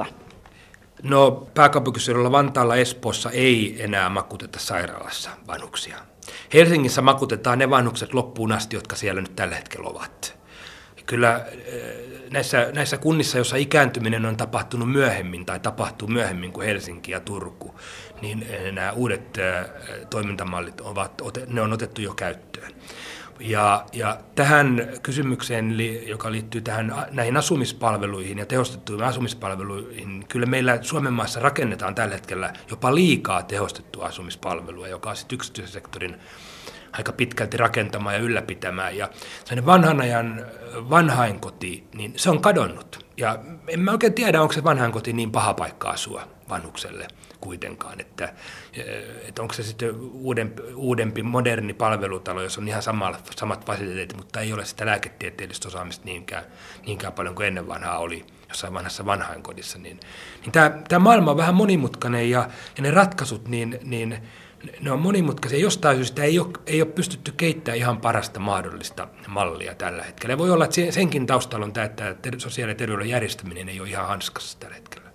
No, pääkaupunkiseudulla Vantaalla, Espoossa ei enää makuuteta sairaalassa vanhuksia. Helsingissä makuutetaan ne vanhukset loppuun asti, jotka siellä nyt tällä hetkellä ovat. Kyllä näissä, näissä kunnissa, joissa ikääntyminen on tapahtunut myöhemmin tai tapahtuu myöhemmin kuin Helsinki ja Turku, niin nämä uudet toimintamallit ovat, ne on otettu jo käyttöön. Ja, ja tähän kysymykseen, joka liittyy tähän, näihin asumispalveluihin ja tehostettuihin asumispalveluihin, kyllä meillä Suomen maassa rakennetaan tällä hetkellä jopa liikaa tehostettua asumispalvelua, joka on sitten yksityisen sektorin aika pitkälti rakentamaan ja ylläpitämään. Ja sellainen vanhan ajan vanhainkoti, niin se on kadonnut. Ja en mä oikein tiedä, onko se vanhainkoti niin paha paikka asua vanhukselle kuitenkaan. Että, että onko se sitten uudempi, uudempi moderni palvelutalo, jossa on ihan samat, samat fasiliteetit, mutta ei ole sitä lääketieteellistä osaamista niinkään, niinkään paljon kuin ennen vanhaa oli jossain vanhassa vanhainkodissa. Niin, niin tämä, tämä maailma on vähän monimutkainen ja, ja ne ratkaisut, niin, niin ne on monimutkaisia. Jostain syystä ei ole, ei ole pystytty keittämään ihan parasta mahdollista mallia tällä hetkellä. Ja voi olla, että senkin taustalla on tämä, että sosiaali- ja terveyden järjestäminen ei ole ihan hanskassa tällä hetkellä.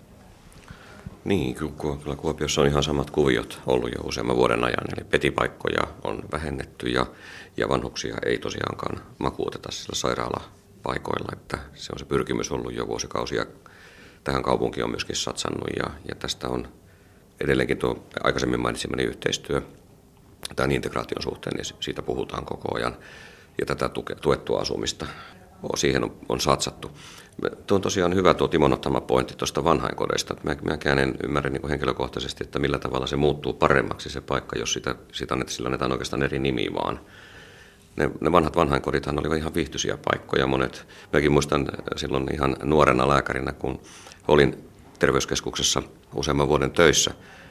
Niin, kyllä Kuopiossa on ihan samat kuviot ollut jo useamman vuoden ajan. Eli petipaikkoja on vähennetty ja, ja vanhuksia ei tosiaankaan makuuteta sillä sairaalapaikoilla. Että se on se pyrkimys ollut jo vuosikausia. Tähän kaupunki on myöskin satsannut ja, ja tästä on edelleenkin tuo aikaisemmin mainitsemani yhteistyö tämän integraation suhteen, niin siitä puhutaan koko ajan. Ja tätä tuettua asumista, siihen on, on satsattu. Tuo on tosiaan hyvä tuo Timon ottama pointti tuosta vanhainkodeista. Mä, mäkään en ymmärrä niin kuin henkilökohtaisesti, että millä tavalla se muuttuu paremmaksi se paikka, jos sitä, sitä sillä annetaan oikeastaan eri nimi vaan. Ne, ne vanhat vanhainkodithan olivat ihan viihtyisiä paikkoja monet. Mäkin muistan silloin ihan nuorena lääkärinä, kun olin terveyskeskuksessa useamman vuoden töissä,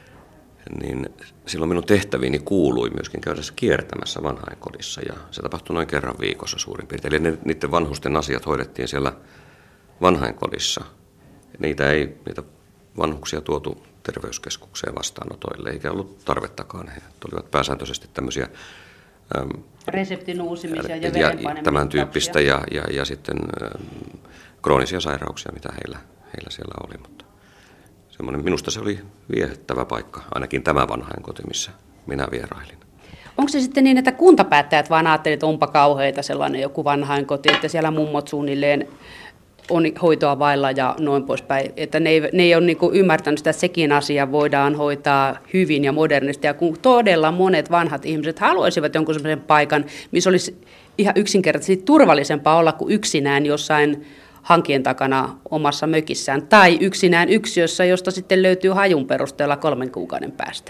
niin silloin minun tehtäviini kuului myöskin käydä kiertämässä vanhainkodissa, ja se tapahtui noin kerran viikossa suurin piirtein. Eli niiden vanhusten asiat hoidettiin siellä vanhainkodissa. Niitä ei, niitä vanhuksia tuotu terveyskeskukseen vastaanotoille, eikä ollut tarvettakaan. He olivat pääsääntöisesti tämmöisiä äm, reseptin uusimisia ja, ja, ja tämän tyyppistä ja, ja, ja sitten äm, kroonisia sairauksia, mitä heillä, heillä siellä oli. Mutta semmoinen, minusta se oli viehättävä paikka, ainakin tämä vanhainkoti, missä minä vierailin. Onko se sitten niin, että kuntapäättäjät vaan ajattelivat, että onpa kauheita sellainen joku vanhainkoti, että siellä mummot suunnilleen on hoitoa vailla ja noin poispäin, että ne ei, ne ei ole niin kuin ymmärtänyt sitä, että sekin asia voidaan hoitaa hyvin ja modernisti, ja kun todella monet vanhat ihmiset haluaisivat jonkun sellaisen paikan, missä olisi ihan yksinkertaisesti turvallisempaa olla kuin yksinään jossain hankien takana omassa mökissään, tai yksinään yksiössä, josta sitten löytyy hajun perusteella kolmen kuukauden päästä.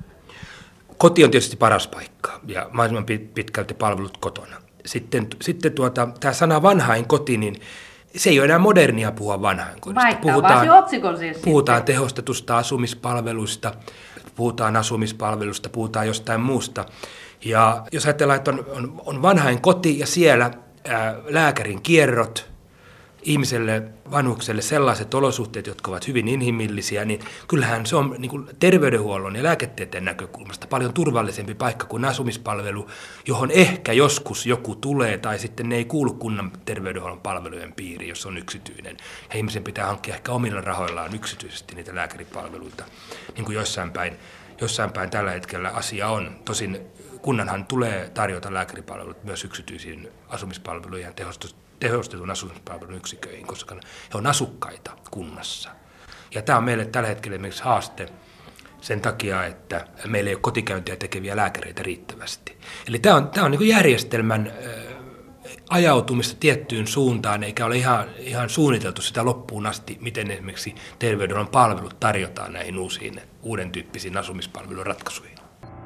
Koti on tietysti paras paikka ja mahdollisimman pitkälti palvelut kotona. Sitten, sitten tuota, tämä sana vanhainkoti, niin se ei ole enää modernia puhua vanhainkodista. Puhutaan, siis puhutaan tehostetusta asumispalvelusta, puhutaan asumispalvelusta, puhutaan jostain muusta. Ja jos ajatellaan, että on, on, on vanhainkoti ja siellä ää, lääkärin kierrot, ihmiselle, vanhukselle sellaiset olosuhteet, jotka ovat hyvin inhimillisiä, niin kyllähän se on niin kuin terveydenhuollon ja lääketieteen näkökulmasta paljon turvallisempi paikka kuin asumispalvelu, johon ehkä joskus joku tulee tai sitten ne ei kuulu kunnan terveydenhuollon palvelujen piiriin, jos on yksityinen. Ja ihmisen pitää hankkia ehkä omilla rahoillaan yksityisesti niitä lääkäripalveluita, niin kuin jossain päin, jossain päin tällä hetkellä asia on. Tosin kunnanhan tulee tarjota lääkäripalvelut myös yksityisiin asumispalveluihin ja tehostetun asumispalvelun yksiköihin, koska he on asukkaita kunnassa. Ja tämä on meille tällä hetkellä esimerkiksi haaste sen takia, että meillä ei ole kotikäyntiä tekeviä lääkäreitä riittävästi. Eli tämä on, tämä on niin kuin järjestelmän ajautumista tiettyyn suuntaan, eikä ole ihan, ihan suunniteltu sitä loppuun asti, miten esimerkiksi terveydenhuollon palvelut tarjotaan näihin uusiin, uuden tyyppisiin asumispalveluratkaisuihin.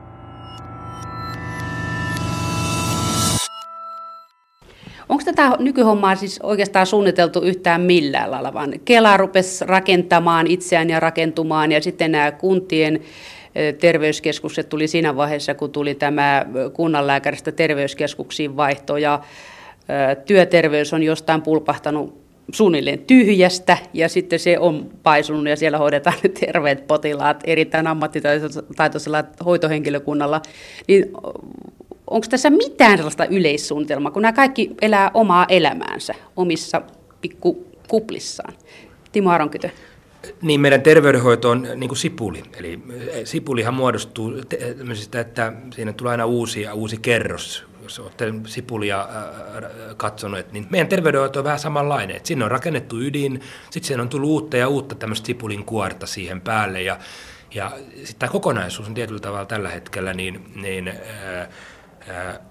Onko tätä nykyhommaa siis oikeastaan suunniteltu yhtään millään lailla, vaan Kela rupesi rakentamaan itseään ja rakentumaan, ja sitten nämä kuntien terveyskeskukset tuli siinä vaiheessa, kun tuli tämä kunnanlääkäristä terveyskeskuksiin vaihto, ja työterveys on jostain pulpahtanut suunnilleen tyhjästä, ja sitten se on paisunut, ja siellä hoidetaan ne terveet potilaat erittäin ammattitaitoisella hoitohenkilökunnalla. Niin onko tässä mitään sellaista yleissuunnitelmaa, kun nämä kaikki elää omaa elämäänsä omissa pikkukuplissaan? Timo Aronkytö. Niin, meidän terveydenhoito on niin kuin sipuli. Eli sipulihan muodostuu tämmöisistä, että siinä tulee aina uusi, uusi kerros. Jos olette sipulia katsonut, niin meidän terveydenhoito on vähän samanlainen. Että sinne on rakennettu ydin, sitten siinä on tullut uutta ja uutta tämmöistä sipulin kuorta siihen päälle. Ja, ja sitten tämä kokonaisuus on tietyllä tavalla tällä hetkellä, niin, niin ää, ää,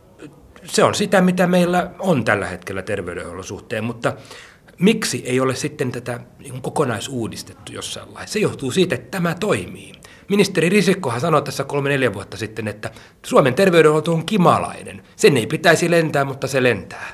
se on sitä, mitä meillä on tällä hetkellä terveydenhuollon suhteen, mutta miksi ei ole sitten tätä niin kokonaisuudistettu jossain lailla? Se johtuu siitä, että tämä toimii. Ministeri Risikkohan sanoi tässä kolme neljä vuotta sitten, että Suomen terveydenhuolto on kimalainen. Sen ei pitäisi lentää, mutta se lentää.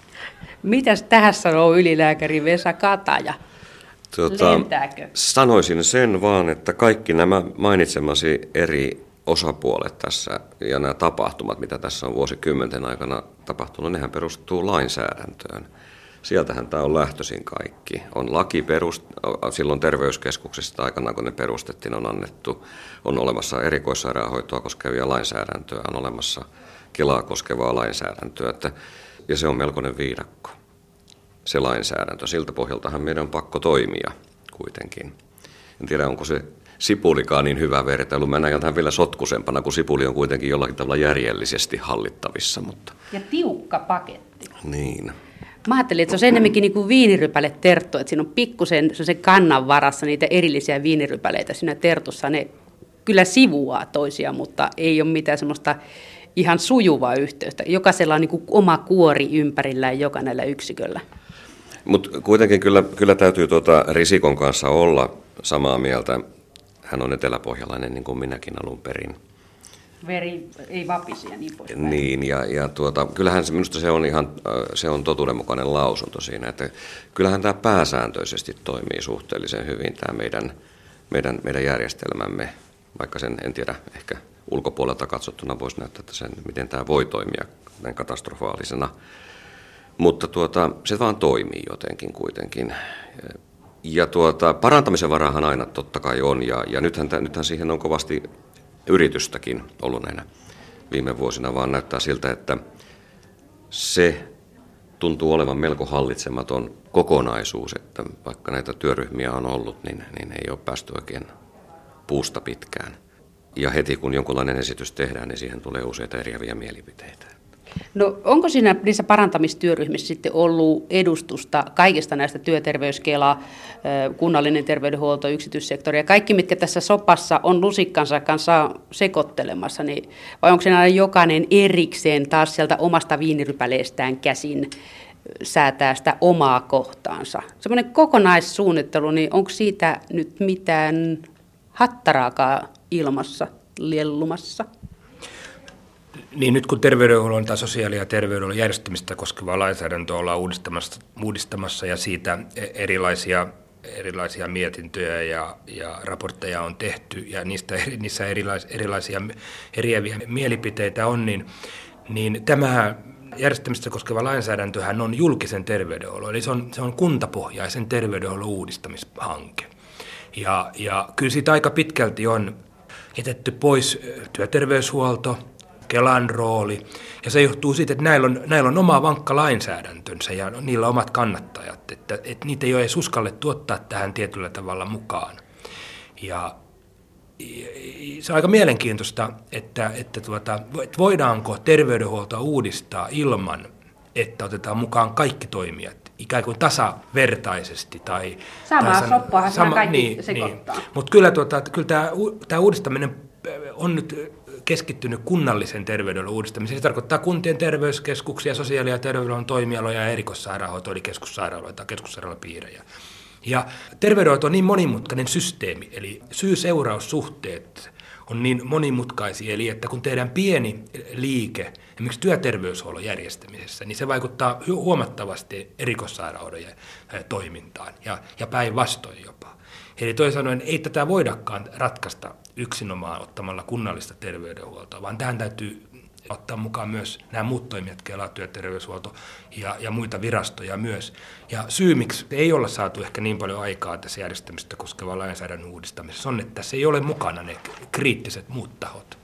Mitäs tähän sanoo ylilääkäri Vesa Kataja? Tuota, Lentääkö? Sanoisin sen vaan, että kaikki nämä mainitsemasi eri osapuolet tässä ja nämä tapahtumat, mitä tässä on vuosikymmenten aikana tapahtunut, nehän perustuu lainsäädäntöön. Sieltähän tämä on lähtöisin kaikki. On laki perust, silloin terveyskeskuksesta aikana, kun ne perustettiin, on annettu, on olemassa erikoissairaanhoitoa koskevia lainsäädäntöä, on olemassa Kelaa koskevaa lainsäädäntöä, että, ja se on melkoinen viidakko, se lainsäädäntö. Siltä pohjaltahan meidän on pakko toimia kuitenkin. En tiedä, onko se sipulikaan niin hyvä vertailu. Mä näen tämän vielä sotkusempana, kun sipuli on kuitenkin jollakin tavalla järjellisesti hallittavissa. Mutta ja tiukka paketti. Niin. Mä ajattelin, että se on enemmänkin niin kuin viinirypäle terttu, että siinä on pikkusen se kannan varassa niitä erillisiä viinirypäleitä siinä tertussa. Ne kyllä sivuaa toisia, mutta ei ole mitään semmoista ihan sujuvaa yhteyttä. Jokaisella on niin kuin oma kuori ympärillään joka näillä yksiköllä. Mutta kuitenkin kyllä, kyllä täytyy tuota Risikon kanssa olla samaa mieltä. Hän on eteläpohjalainen niin kuin minäkin alun perin. Veri ei vapisi ja niin poispäin. Niin, ja, ja tuota, kyllähän se, minusta se on ihan se on totuudenmukainen lausunto siinä, että kyllähän tämä pääsääntöisesti toimii suhteellisen hyvin tämä meidän, meidän, meidän järjestelmämme, vaikka sen en tiedä, ehkä ulkopuolelta katsottuna voisi näyttää, että sen, miten tämä voi toimia näin katastrofaalisena, mutta tuota, se vaan toimii jotenkin kuitenkin. Ja tuota, parantamisen varahan aina totta kai on, ja, ja nythän, nythän siihen on kovasti yritystäkin ollut näinä viime vuosina, vaan näyttää siltä, että se tuntuu olevan melko hallitsematon kokonaisuus, että vaikka näitä työryhmiä on ollut, niin, niin ei ole päästy oikein puusta pitkään. Ja heti kun jonkunlainen esitys tehdään, niin siihen tulee useita eriäviä mielipiteitä. No onko siinä niissä parantamistyöryhmissä sitten ollut edustusta kaikista näistä työterveyskela, kunnallinen terveydenhuolto, yksityissektori ja kaikki, mitkä tässä sopassa on lusikkansa kanssa sekoittelemassa, niin, vai onko siinä jokainen erikseen taas sieltä omasta viinirypäleestään käsin säätää sitä omaa kohtaansa? Semmoinen kokonaissuunnittelu, niin onko siitä nyt mitään hattaraakaan ilmassa, liellumassa? Niin nyt kun terveydenhuollon tai sosiaali- ja terveydenhuollon järjestämistä koskevaa lainsäädäntöä ollaan uudistamassa, uudistamassa ja siitä erilaisia, erilaisia mietintöjä ja, ja raportteja on tehty ja niistä, niissä erilais, erilaisia eriäviä mielipiteitä on, niin, niin tämä järjestämistä koskeva lainsäädäntöhän on julkisen terveydenhuollon, eli se on, se on kuntapohjaisen terveydenhuollon uudistamishanke. Ja, ja kyllä siitä aika pitkälti on jätetty pois työterveyshuolto, Kelan rooli, ja se johtuu siitä, että näillä on, näillä on oma vankka lainsäädäntönsä ja niillä on omat kannattajat, että, että niitä ei ole edes uskallettu ottaa tähän tietyllä tavalla mukaan. Ja se on aika mielenkiintoista, että, että, tuota, että voidaanko terveydenhuoltoa uudistaa ilman, että otetaan mukaan kaikki toimijat ikään kuin tasavertaisesti. Tai, Samaa tai soppaahan sama, kaikki niin, sekoittaa. Niin. Mutta kyllä, tuota, kyllä tämä, tämä uudistaminen on nyt keskittynyt kunnallisen terveydenhuollon uudistamiseen. Se tarkoittaa kuntien terveyskeskuksia, sosiaali- ja terveydenhuollon toimialoja ja erikoissairaanhoitoa, eli keskussairaaloita, keskussairaalapiirejä. Ja terveydenhoito on niin monimutkainen systeemi, eli syy-seuraussuhteet on niin monimutkaisia, eli että kun tehdään pieni liike, esimerkiksi työterveyshuollon järjestämisessä, niin se vaikuttaa huomattavasti erikoissairaanhoidon toimintaan ja, ja päinvastoin jopa. Eli toisin sanoen ei tätä voidakaan ratkaista yksinomaan ottamalla kunnallista terveydenhuoltoa, vaan tähän täytyy ottaa mukaan myös nämä muut toimijat, Kela, työterveyshuolto ja, ja muita virastoja myös. Ja syy, miksi ei olla saatu ehkä niin paljon aikaa tässä järjestämistä koskevaa lainsäädännön uudistamisessa, on, että tässä ei ole mukana ne kriittiset muut tahot.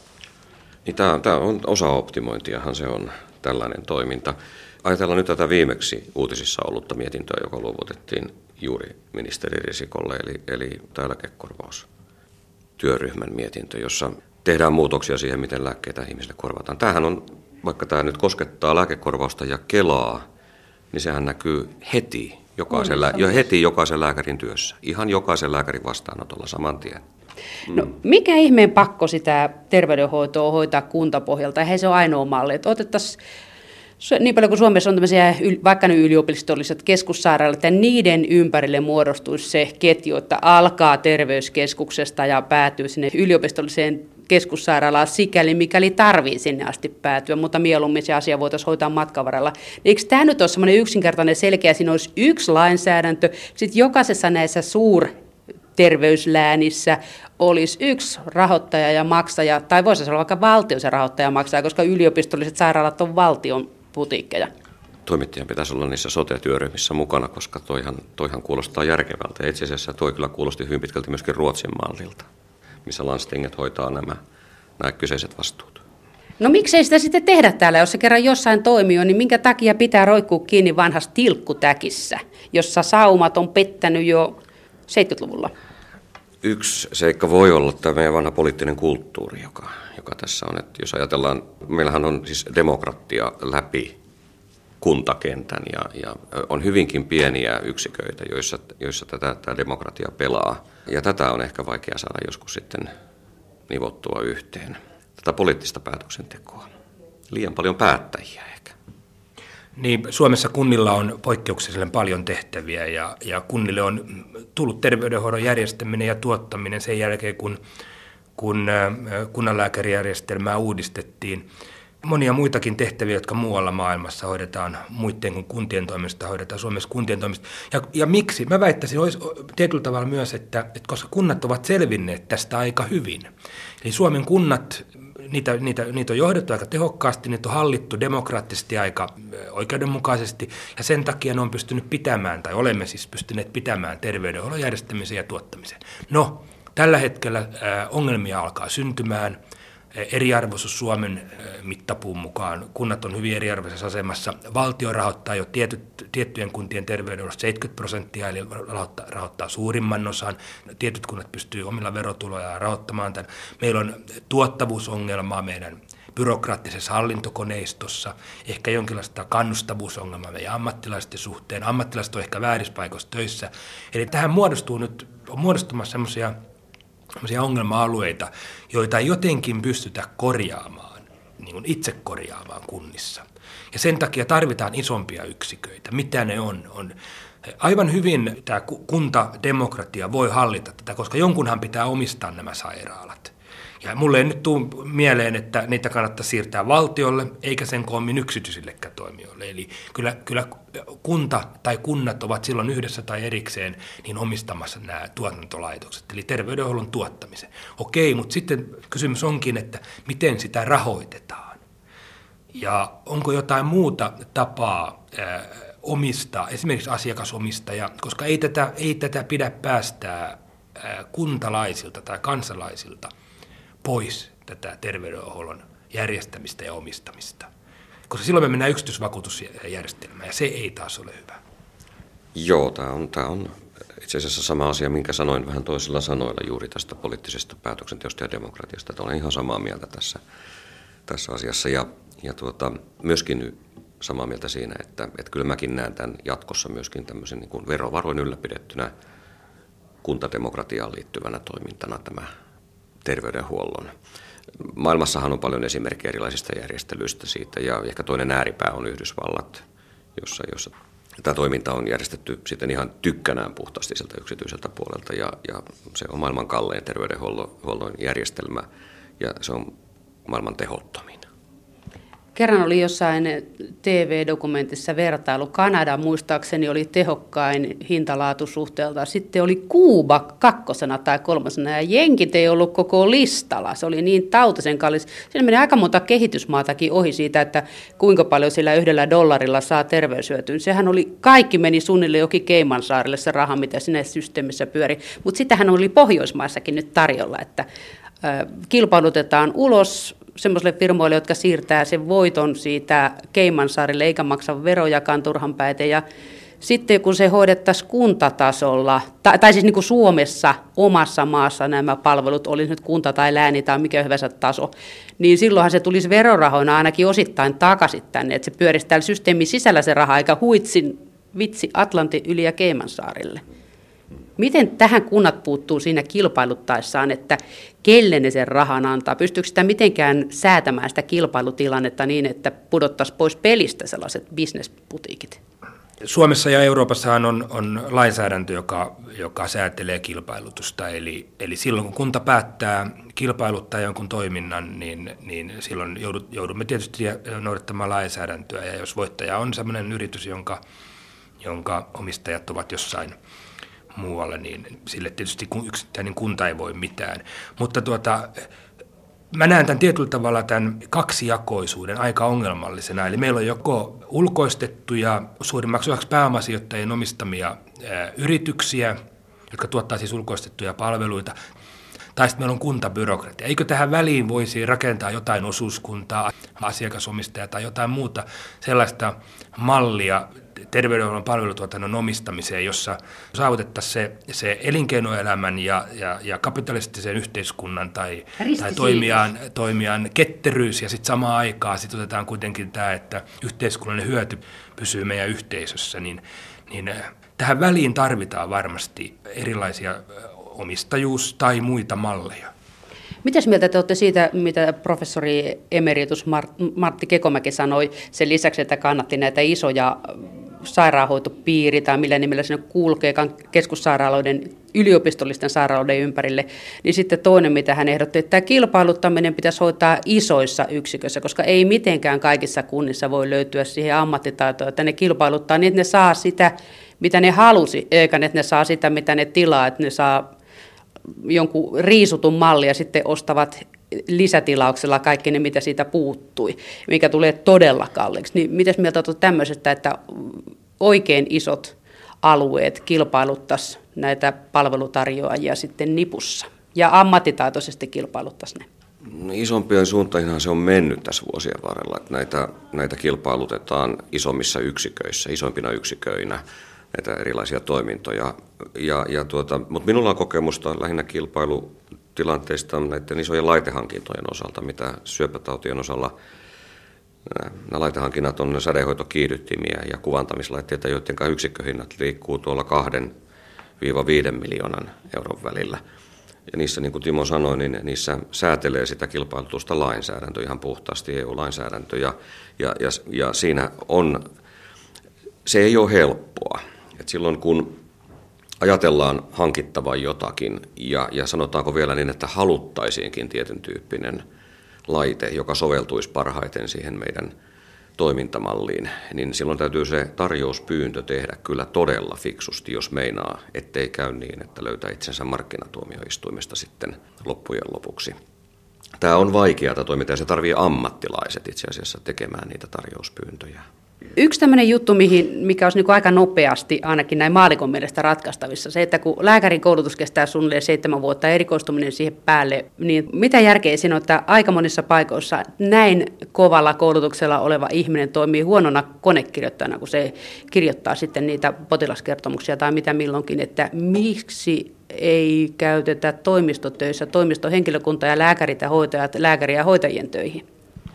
Niin tämä, tämä on osaoptimointiahan se on tällainen toiminta. Ajatellaan nyt tätä viimeksi uutisissa ollutta mietintöä, joka luovutettiin juuri ministeri Risikolle, eli, eli tämä lääkekorvaustyöryhmän mietintö, jossa tehdään muutoksia siihen, miten lääkkeitä ihmisille korvataan. Tämähän on, vaikka tämä nyt koskettaa lääkekorvausta ja Kelaa, niin sehän näkyy heti jokaisen, lää, jo heti jokaisen lääkärin työssä, ihan jokaisen lääkärin vastaanotolla saman tien. No, mikä ihmeen pakko sitä terveydenhoitoa hoitaa kuntapohjalta? Eihän se ole ainoa malli. Että otettaisiin niin paljon kuin Suomessa on tämmöisiä vaikka ne yliopistolliset keskussairaalat, ja niiden ympärille muodostuisi se ketju, että alkaa terveyskeskuksesta ja päätyy sinne yliopistolliseen keskussairaalaan sikäli, mikäli tarvii sinne asti päätyä, mutta mieluummin se asia voitaisiin hoitaa matkan varrella. Eikö tämä nyt ole semmoinen yksinkertainen selkeä, siinä olisi yksi lainsäädäntö, sitten jokaisessa näissä suurterveysläänissä olisi yksi rahoittaja ja maksaja, tai voisi olla vaikka valtio se rahoittaja ja maksaja, koska yliopistolliset sairaalat on valtion putiikkeja. Toimittajan pitäisi olla niissä sote-työryhmissä mukana, koska toihan, toihan kuulostaa järkevältä. Ja itse asiassa toi kyllä kuulosti hyvin pitkälti myöskin Ruotsin mallilta, missä landstinget hoitaa nämä, nämä kyseiset vastuut. No miksei sitä sitten tehdä täällä, jos se kerran jossain toimii, niin minkä takia pitää roikkua kiinni vanhassa tilkkutäkissä, jossa saumat on pettänyt jo seitsemänkymmentäluvulla? Yksi seikka voi olla tämä meidän vanha poliittinen kulttuuri, joka, joka tässä on. Että jos ajatellaan, meillähän on siis demokratia läpi kuntakentän ja, ja on hyvinkin pieniä yksiköitä, joissa, joissa tätä, tätä demokratia pelaa. Ja tätä on ehkä vaikea saada joskus sitten nivottua yhteen, tätä poliittista päätöksentekoa. Liian paljon päättäjiä ehkä. Niin, Suomessa kunnilla on poikkeuksellisen paljon tehtäviä ja, ja kunnille on tullut terveydenhoidon järjestäminen ja tuottaminen sen jälkeen, kun, kun kunnanlääkärijärjestelmää uudistettiin. Monia muitakin tehtäviä, jotka muualla maailmassa hoidetaan muiden kuin kuntien toimesta, hoidetaan Suomessa kuntien toimesta. Ja, ja miksi? Mä väittäisin olisi tietyllä tavalla myös, että, että koska kunnat ovat selvinneet tästä aika hyvin. Eli Suomen kunnat, niitä, niitä, niitä on johdettu aika tehokkaasti, niitä on hallittu demokraattisesti aika oikeudenmukaisesti, ja sen takia ne on pystynyt pitämään, tai olemme siis pystyneet pitämään terveydenhuollon järjestämisen ja tuottamisen. No, tällä hetkellä ongelmia alkaa syntymään. Eriarvoisuus Suomen mittapuun mukaan. Kunnat on hyvin eriarvoisessa asemassa. Valtio rahoittaa jo tietyt, tiettyjen kuntien terveydenhuollosta seitsemänkymmentä prosenttia, eli rahoittaa, rahoittaa suurimman osan. Tietyt kunnat pystyy omilla verotuloillaan rahoittamaan tämän. Meillä on tuottavuusongelmaa meidän byrokraattisessa hallintokoneistossa, ehkä jonkinlaista kannustavuusongelmaa meidän ammattilaisten suhteen. Ammattilaiset on ehkä väärissä paikoissa töissä. Eli tähän muodostuu nyt, on muodostumassa semmoisia sellaisia ongelma-alueita, joita ei jotenkin pystytä korjaamaan, niin kuin itse korjaamaan kunnissa. Ja sen takia tarvitaan isompia yksiköitä. Mitä ne on? on aivan hyvin tämä kuntademokratia voi hallita tätä, koska jonkunhan pitää omistaa nämä sairaalat. Ja mulle ei nyt tule mieleen, että niitä kannattaa siirtää valtiolle, eikä sen koommin yksityisillekään toimijoille. Eli kyllä, kyllä kunta tai kunnat ovat silloin yhdessä tai erikseen niin omistamassa nämä tuotantolaitokset, eli terveydenhuollon tuottamisen. Okei, mutta sitten kysymys onkin, että miten sitä rahoitetaan. Ja onko jotain muuta tapaa ää, omistaa, esimerkiksi asiakasomistaja, koska ei tätä, ei tätä pidä päästää ää, kuntalaisilta tai kansalaisilta pois tätä terveydenhuollon järjestämistä ja omistamista. Koska silloin me mennään yksityisvakuutusjärjestelmään ja se ei taas ole hyvä. Joo, tämä on, tämä on itse asiassa sama asia, minkä sanoin vähän toisilla sanoilla juuri tästä poliittisesta päätöksenteosta ja demokratiasta. Että olen ihan samaa mieltä tässä, tässä asiassa ja, ja tuota, myöskin samaa mieltä siinä, että, että kyllä mäkin näen tämän jatkossa myöskin tämmöisen niin kuin verovaroin ylläpidettynä kuntademokratiaan liittyvänä toimintana tämä terveydenhuollon. Maailmassahan on paljon esimerkkejä erilaisista järjestelyistä siitä ja ehkä toinen ääripää on Yhdysvallat, jossa, jossa tämä toiminta on järjestetty sitten ihan tykkänään puhtaasti sieltä yksityiseltä puolelta ja, ja se on maailman kallein terveydenhuollon järjestelmä ja se on maailman tehottomin. Kerran oli jossain T V-dokumentissa vertailu. Kanada muistaakseni oli tehokkain hintalaatusuhteelta. Sitten oli Kuuba kakkosena tai kolmosena ja jenkit ei ollut koko listalla. Se oli niin tautisen kallis. Siinä meni aika monta kehitysmaatakin ohi siitä, että kuinka paljon sillä yhdellä dollarilla saa terveyshyötyyn. Sehän oli, kaikki meni suunnilleen jokin Caymansaarille se raha, mitä siinä systeemissä pyöri. Mutta sitähän oli Pohjoismaissakin nyt tarjolla, että äh, kilpailutetaan ulos semmoisille firmoille, jotka siirtää sen voiton siitä Caymansaarille eikä maksa verojakaan turhan päitä. Ja sitten kun se hoidettaisiin kuntatasolla, tai, tai siis niin kuin Suomessa omassa maassa nämä palvelut, olisi nyt kunta tai lääni tai mikä hyvänsä taso, niin silloinhan se tulisi verorahoina ainakin osittain takaisin tänne, että se pyörisi täällä systeemin sisällä se raha, eikä huitsin vitsi Atlantin yli ja Caymansaarille. Miten tähän kunnat puuttuu siinä kilpailuttaessaan, että kelle ne sen rahan antaa? Pystyykö sitä mitenkään säätämään sitä kilpailutilannetta niin, että pudottaisi pois pelistä sellaiset bisnesputiikit? Suomessa ja Euroopassahan on, on lainsäädäntö, joka, joka säätelee kilpailutusta. Eli, eli silloin kun kunta päättää kilpailuttaa jonkun toiminnan, niin, niin silloin joudumme tietysti noudattamaan lainsäädäntöä. Ja jos voittaja on sellainen yritys, jonka, jonka omistajat ovat jossain muualle, niin sille tietysti yksittäinen kunta ei voi mitään. Mutta tuota, mä näen tämän tietyllä tavalla tämän kaksijakoisuuden aika ongelmallisena. Eli meillä on joko ulkoistettuja, suurimmaksi osaksi pääomasijoittajien omistamia ää, yrityksiä, jotka tuottaa siis ulkoistettuja palveluita, tai sitten meillä on kuntabyrokratia. Eikö tähän väliin voisi rakentaa jotain osuuskuntaa, asiakasomistajaa tai jotain muuta sellaista mallia terveydenhuollon palvelutuotannon omistamiseen, jossa saavutettaisiin se, se elinkeinoelämän ja, ja, ja kapitalistisen yhteiskunnan tai, tai toimijan, toimijan ketteryys ja sitten samaan aikaan sit otetaan kuitenkin tämä, että yhteiskunnallinen hyöty pysyy meidän yhteisössä, niin, niin tähän väliin tarvitaan varmasti erilaisia omistajuus- tai muita malleja. Mitäs mieltä te olette siitä, mitä professori emeritus Martti Kekomäki sanoi sen lisäksi, että kannatti näitä isoja sairaanhoitopiiri tai millä nimellä sinne kulkee keskussairaaloiden, yliopistollisten sairaaloiden ympärille, niin sitten toinen, mitä hän ehdotti, että tämä kilpailuttaminen pitäisi hoitaa isoissa yksiköissä, koska ei mitenkään kaikissa kunnissa voi löytyä siihen ammattitaitoa, että ne kilpailuttaa niin, että ne saa sitä, mitä ne halusi, eikä että ne saa sitä, mitä ne tilaa, että ne saa jonkun riisutun malli ja sitten ostavat lisätilauksella kaikki ne, mitä siitä puuttui, mikä tulee todella kalliiksi. Niin mitäs mieltä olet tämmöisestä, että oikein isot alueet kilpailuttaisi näitä palvelutarjoajia sitten nipussa ja ammattitaitoisesti kilpailuttaisi ne? No, isompien suuntainhan se on mennyt tässä vuosien varrella, että näitä, näitä kilpailutetaan isommissa yksiköissä, isompina yksiköinä, näitä erilaisia toimintoja. Ja, ja tuota, mutta minulla on kokemusta lähinnä kilpailutilanteista näiden isojen laitehankintojen osalta, mitä syöpätautien osalla. Nämä laitehankinnat on sädehoitokiihdyttimiä ja kuvantamislaitteita, joiden yksikköhinnat liikkuu tuolla kahden viiden miljoonan euron välillä. Ja niissä, niin kuin Timo sanoi, niin niissä säätelee sitä kilpailutusta lainsäädäntö, ihan puhtaasti E U-lainsäädäntö. Ja, ja, ja, ja siinä on, se ei ole helppoa. Et silloin kun ajatellaan hankittavan jotakin ja, ja sanotaanko vielä niin, että haluttaisiinkin tietyn tyyppinen laite, joka soveltuisi parhaiten siihen meidän toimintamalliin, niin silloin täytyy se tarjouspyyntö tehdä kyllä todella fiksusti, jos meinaa, ettei käy niin, että löytää itsensä markkinatuomioistuimesta sitten loppujen lopuksi. tämä on vaikeaa toimintaa ja se tarvitsee ammattilaiset itse asiassa tekemään niitä tarjouspyyntöjä. Yksi tämmöinen juttu, mihin, mikä olisi niin kuin aika nopeasti ainakin näin maallikon mielestä ratkaistavissa, se, että kun lääkärin koulutus kestää suunnilleen seitsemän vuotta ja erikoistuminen siihen päälle, niin mitä järkeä siinä on, että aika monissa paikoissa näin kovalla koulutuksella oleva ihminen toimii huonona konekirjoittajana, kun se kirjoittaa sitten niitä potilaskertomuksia tai mitä milloinkin, että miksi ei käytetä toimistotöissä toimistohenkilökuntaa ja lääkärit ja hoitajat lääkäri- ja hoitajien töihin?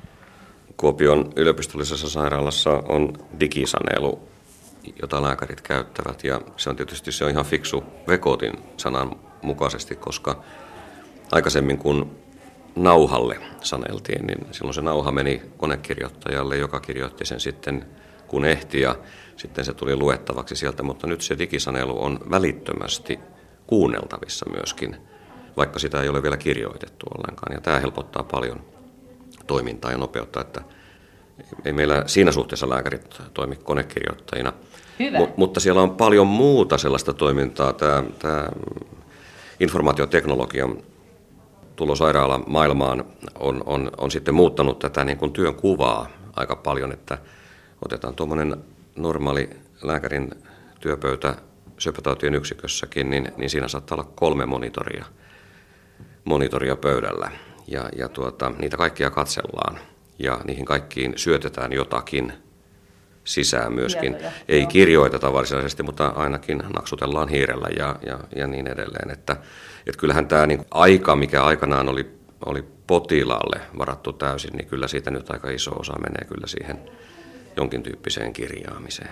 Kuopion yliopistollisessa sairaalassa on digisanelu, jota lääkärit käyttävät, ja se on tietysti se on ihan fiksu vekotin sanan mukaisesti, koska aikaisemmin kun nauhalle saneltiin, niin silloin se nauha meni konekirjoittajalle, joka kirjoitti sen sitten kun ehti, ja sitten se tuli luettavaksi sieltä, mutta nyt se digisanelu on välittömästi kuunneltavissa myöskin, vaikka sitä ei ole vielä kirjoitettu ollenkaan, ja tämä helpottaa paljon toimintaa ja nopeutta, että ei meillä siinä suhteessa lääkärit toimi konekirjoittajina. M- mutta siellä on paljon muuta sellaista toimintaa. Tämä, tämä informaatioteknologian tulo sairaalan maailmaan on, on, on sitten muuttanut tätä niin kuin työn kuvaa aika paljon, että otetaan tuommoinen normaali lääkärin työpöytä syöpätautien yksikössäkin, niin, niin siinä saattaa olla kolme monitoria, monitoria pöydällä. Ja, ja tuota, niitä kaikkia katsellaan ja niihin kaikkiin syötetään jotakin sisään myöskin. Tietoja, ei joo. Kirjoiteta varsinaisesti, mutta ainakin naksutellaan hiirellä ja, ja, ja niin edelleen. Että, että kyllähän tämä niin aika, mikä aikanaan oli, oli potilaalle varattu täysin, niin kyllä siitä nyt aika iso osa menee kyllä siihen jonkin tyyppiseen kirjaamiseen.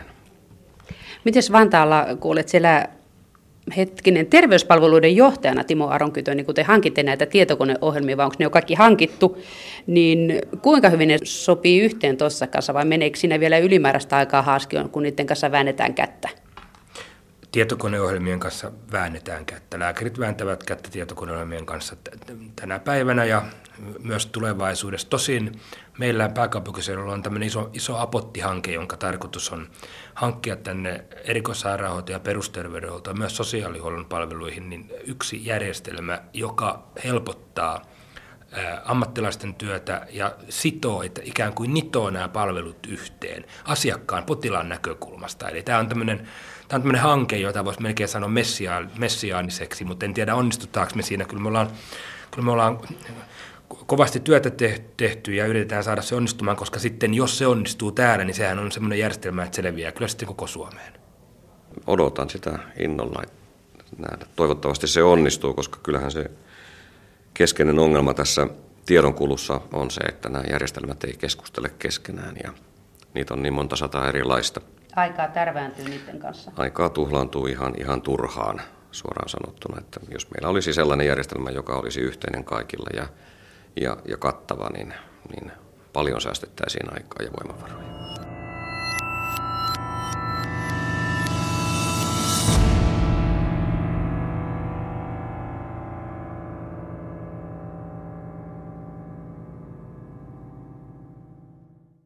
Mites Vantaalla, kun olet siellä hetkinen terveyspalveluiden johtajana Timo Aronkytö, niin kun te hankitte näitä tietokoneohjelmia, vai onko ne jo kaikki hankittu, niin kuinka hyvin ne sopii yhteen tuossa kanssa, vai meneekö siinä vielä ylimääräistä aikaa haaskioon, kun niiden kanssa väännetään kättä? Tietokoneohjelmien kanssa väännetään kättä. Lääkärit vääntävät kättä tietokoneohjelmien kanssa tänä päivänä ja myös tulevaisuudessa. Tosin meillä pääkaupunkiseudulla on tämmöinen iso, iso apottihanke, jonka tarkoitus on hankkia tänne erikoissairaanhoito- ja perusterveydenhuolto ja myös sosiaalihuollon palveluihin niin yksi järjestelmä, joka helpottaa ammattilaisten työtä ja sitoo, että ikään kuin nitoo nämä palvelut yhteen asiakkaan, potilaan näkökulmasta. Eli tämä on tämmöinen, tämä on tämmöinen hanke, jota voisi melkein sanoa messia, messiaaniseksi, mutta en tiedä onnistutaanko me siinä. Kyllä me ollaan, kyllä me ollaan kovasti työtä tehty ja yritetään saada se onnistumaan, koska sitten jos se onnistuu täällä, niin sehän on semmoinen järjestelmä, että se leviää kyllä sitten koko Suomeen. Odotan sitä innolla nähdä. Toivottavasti se onnistuu, koska kyllähän se keskeinen ongelma tässä tiedonkulussa on se, että nämä järjestelmät ei keskustele keskenään ja niitä on niin monta sataa erilaista. Aikaa tärvääntyy niiden kanssa. Aikaa tuhlaantuu ihan, ihan turhaan suoraan sanottuna, että jos meillä olisi sellainen järjestelmä, joka olisi yhteinen kaikilla ja, ja, ja kattava, niin, niin paljon säästettäisiin aikaa ja voimavaroja.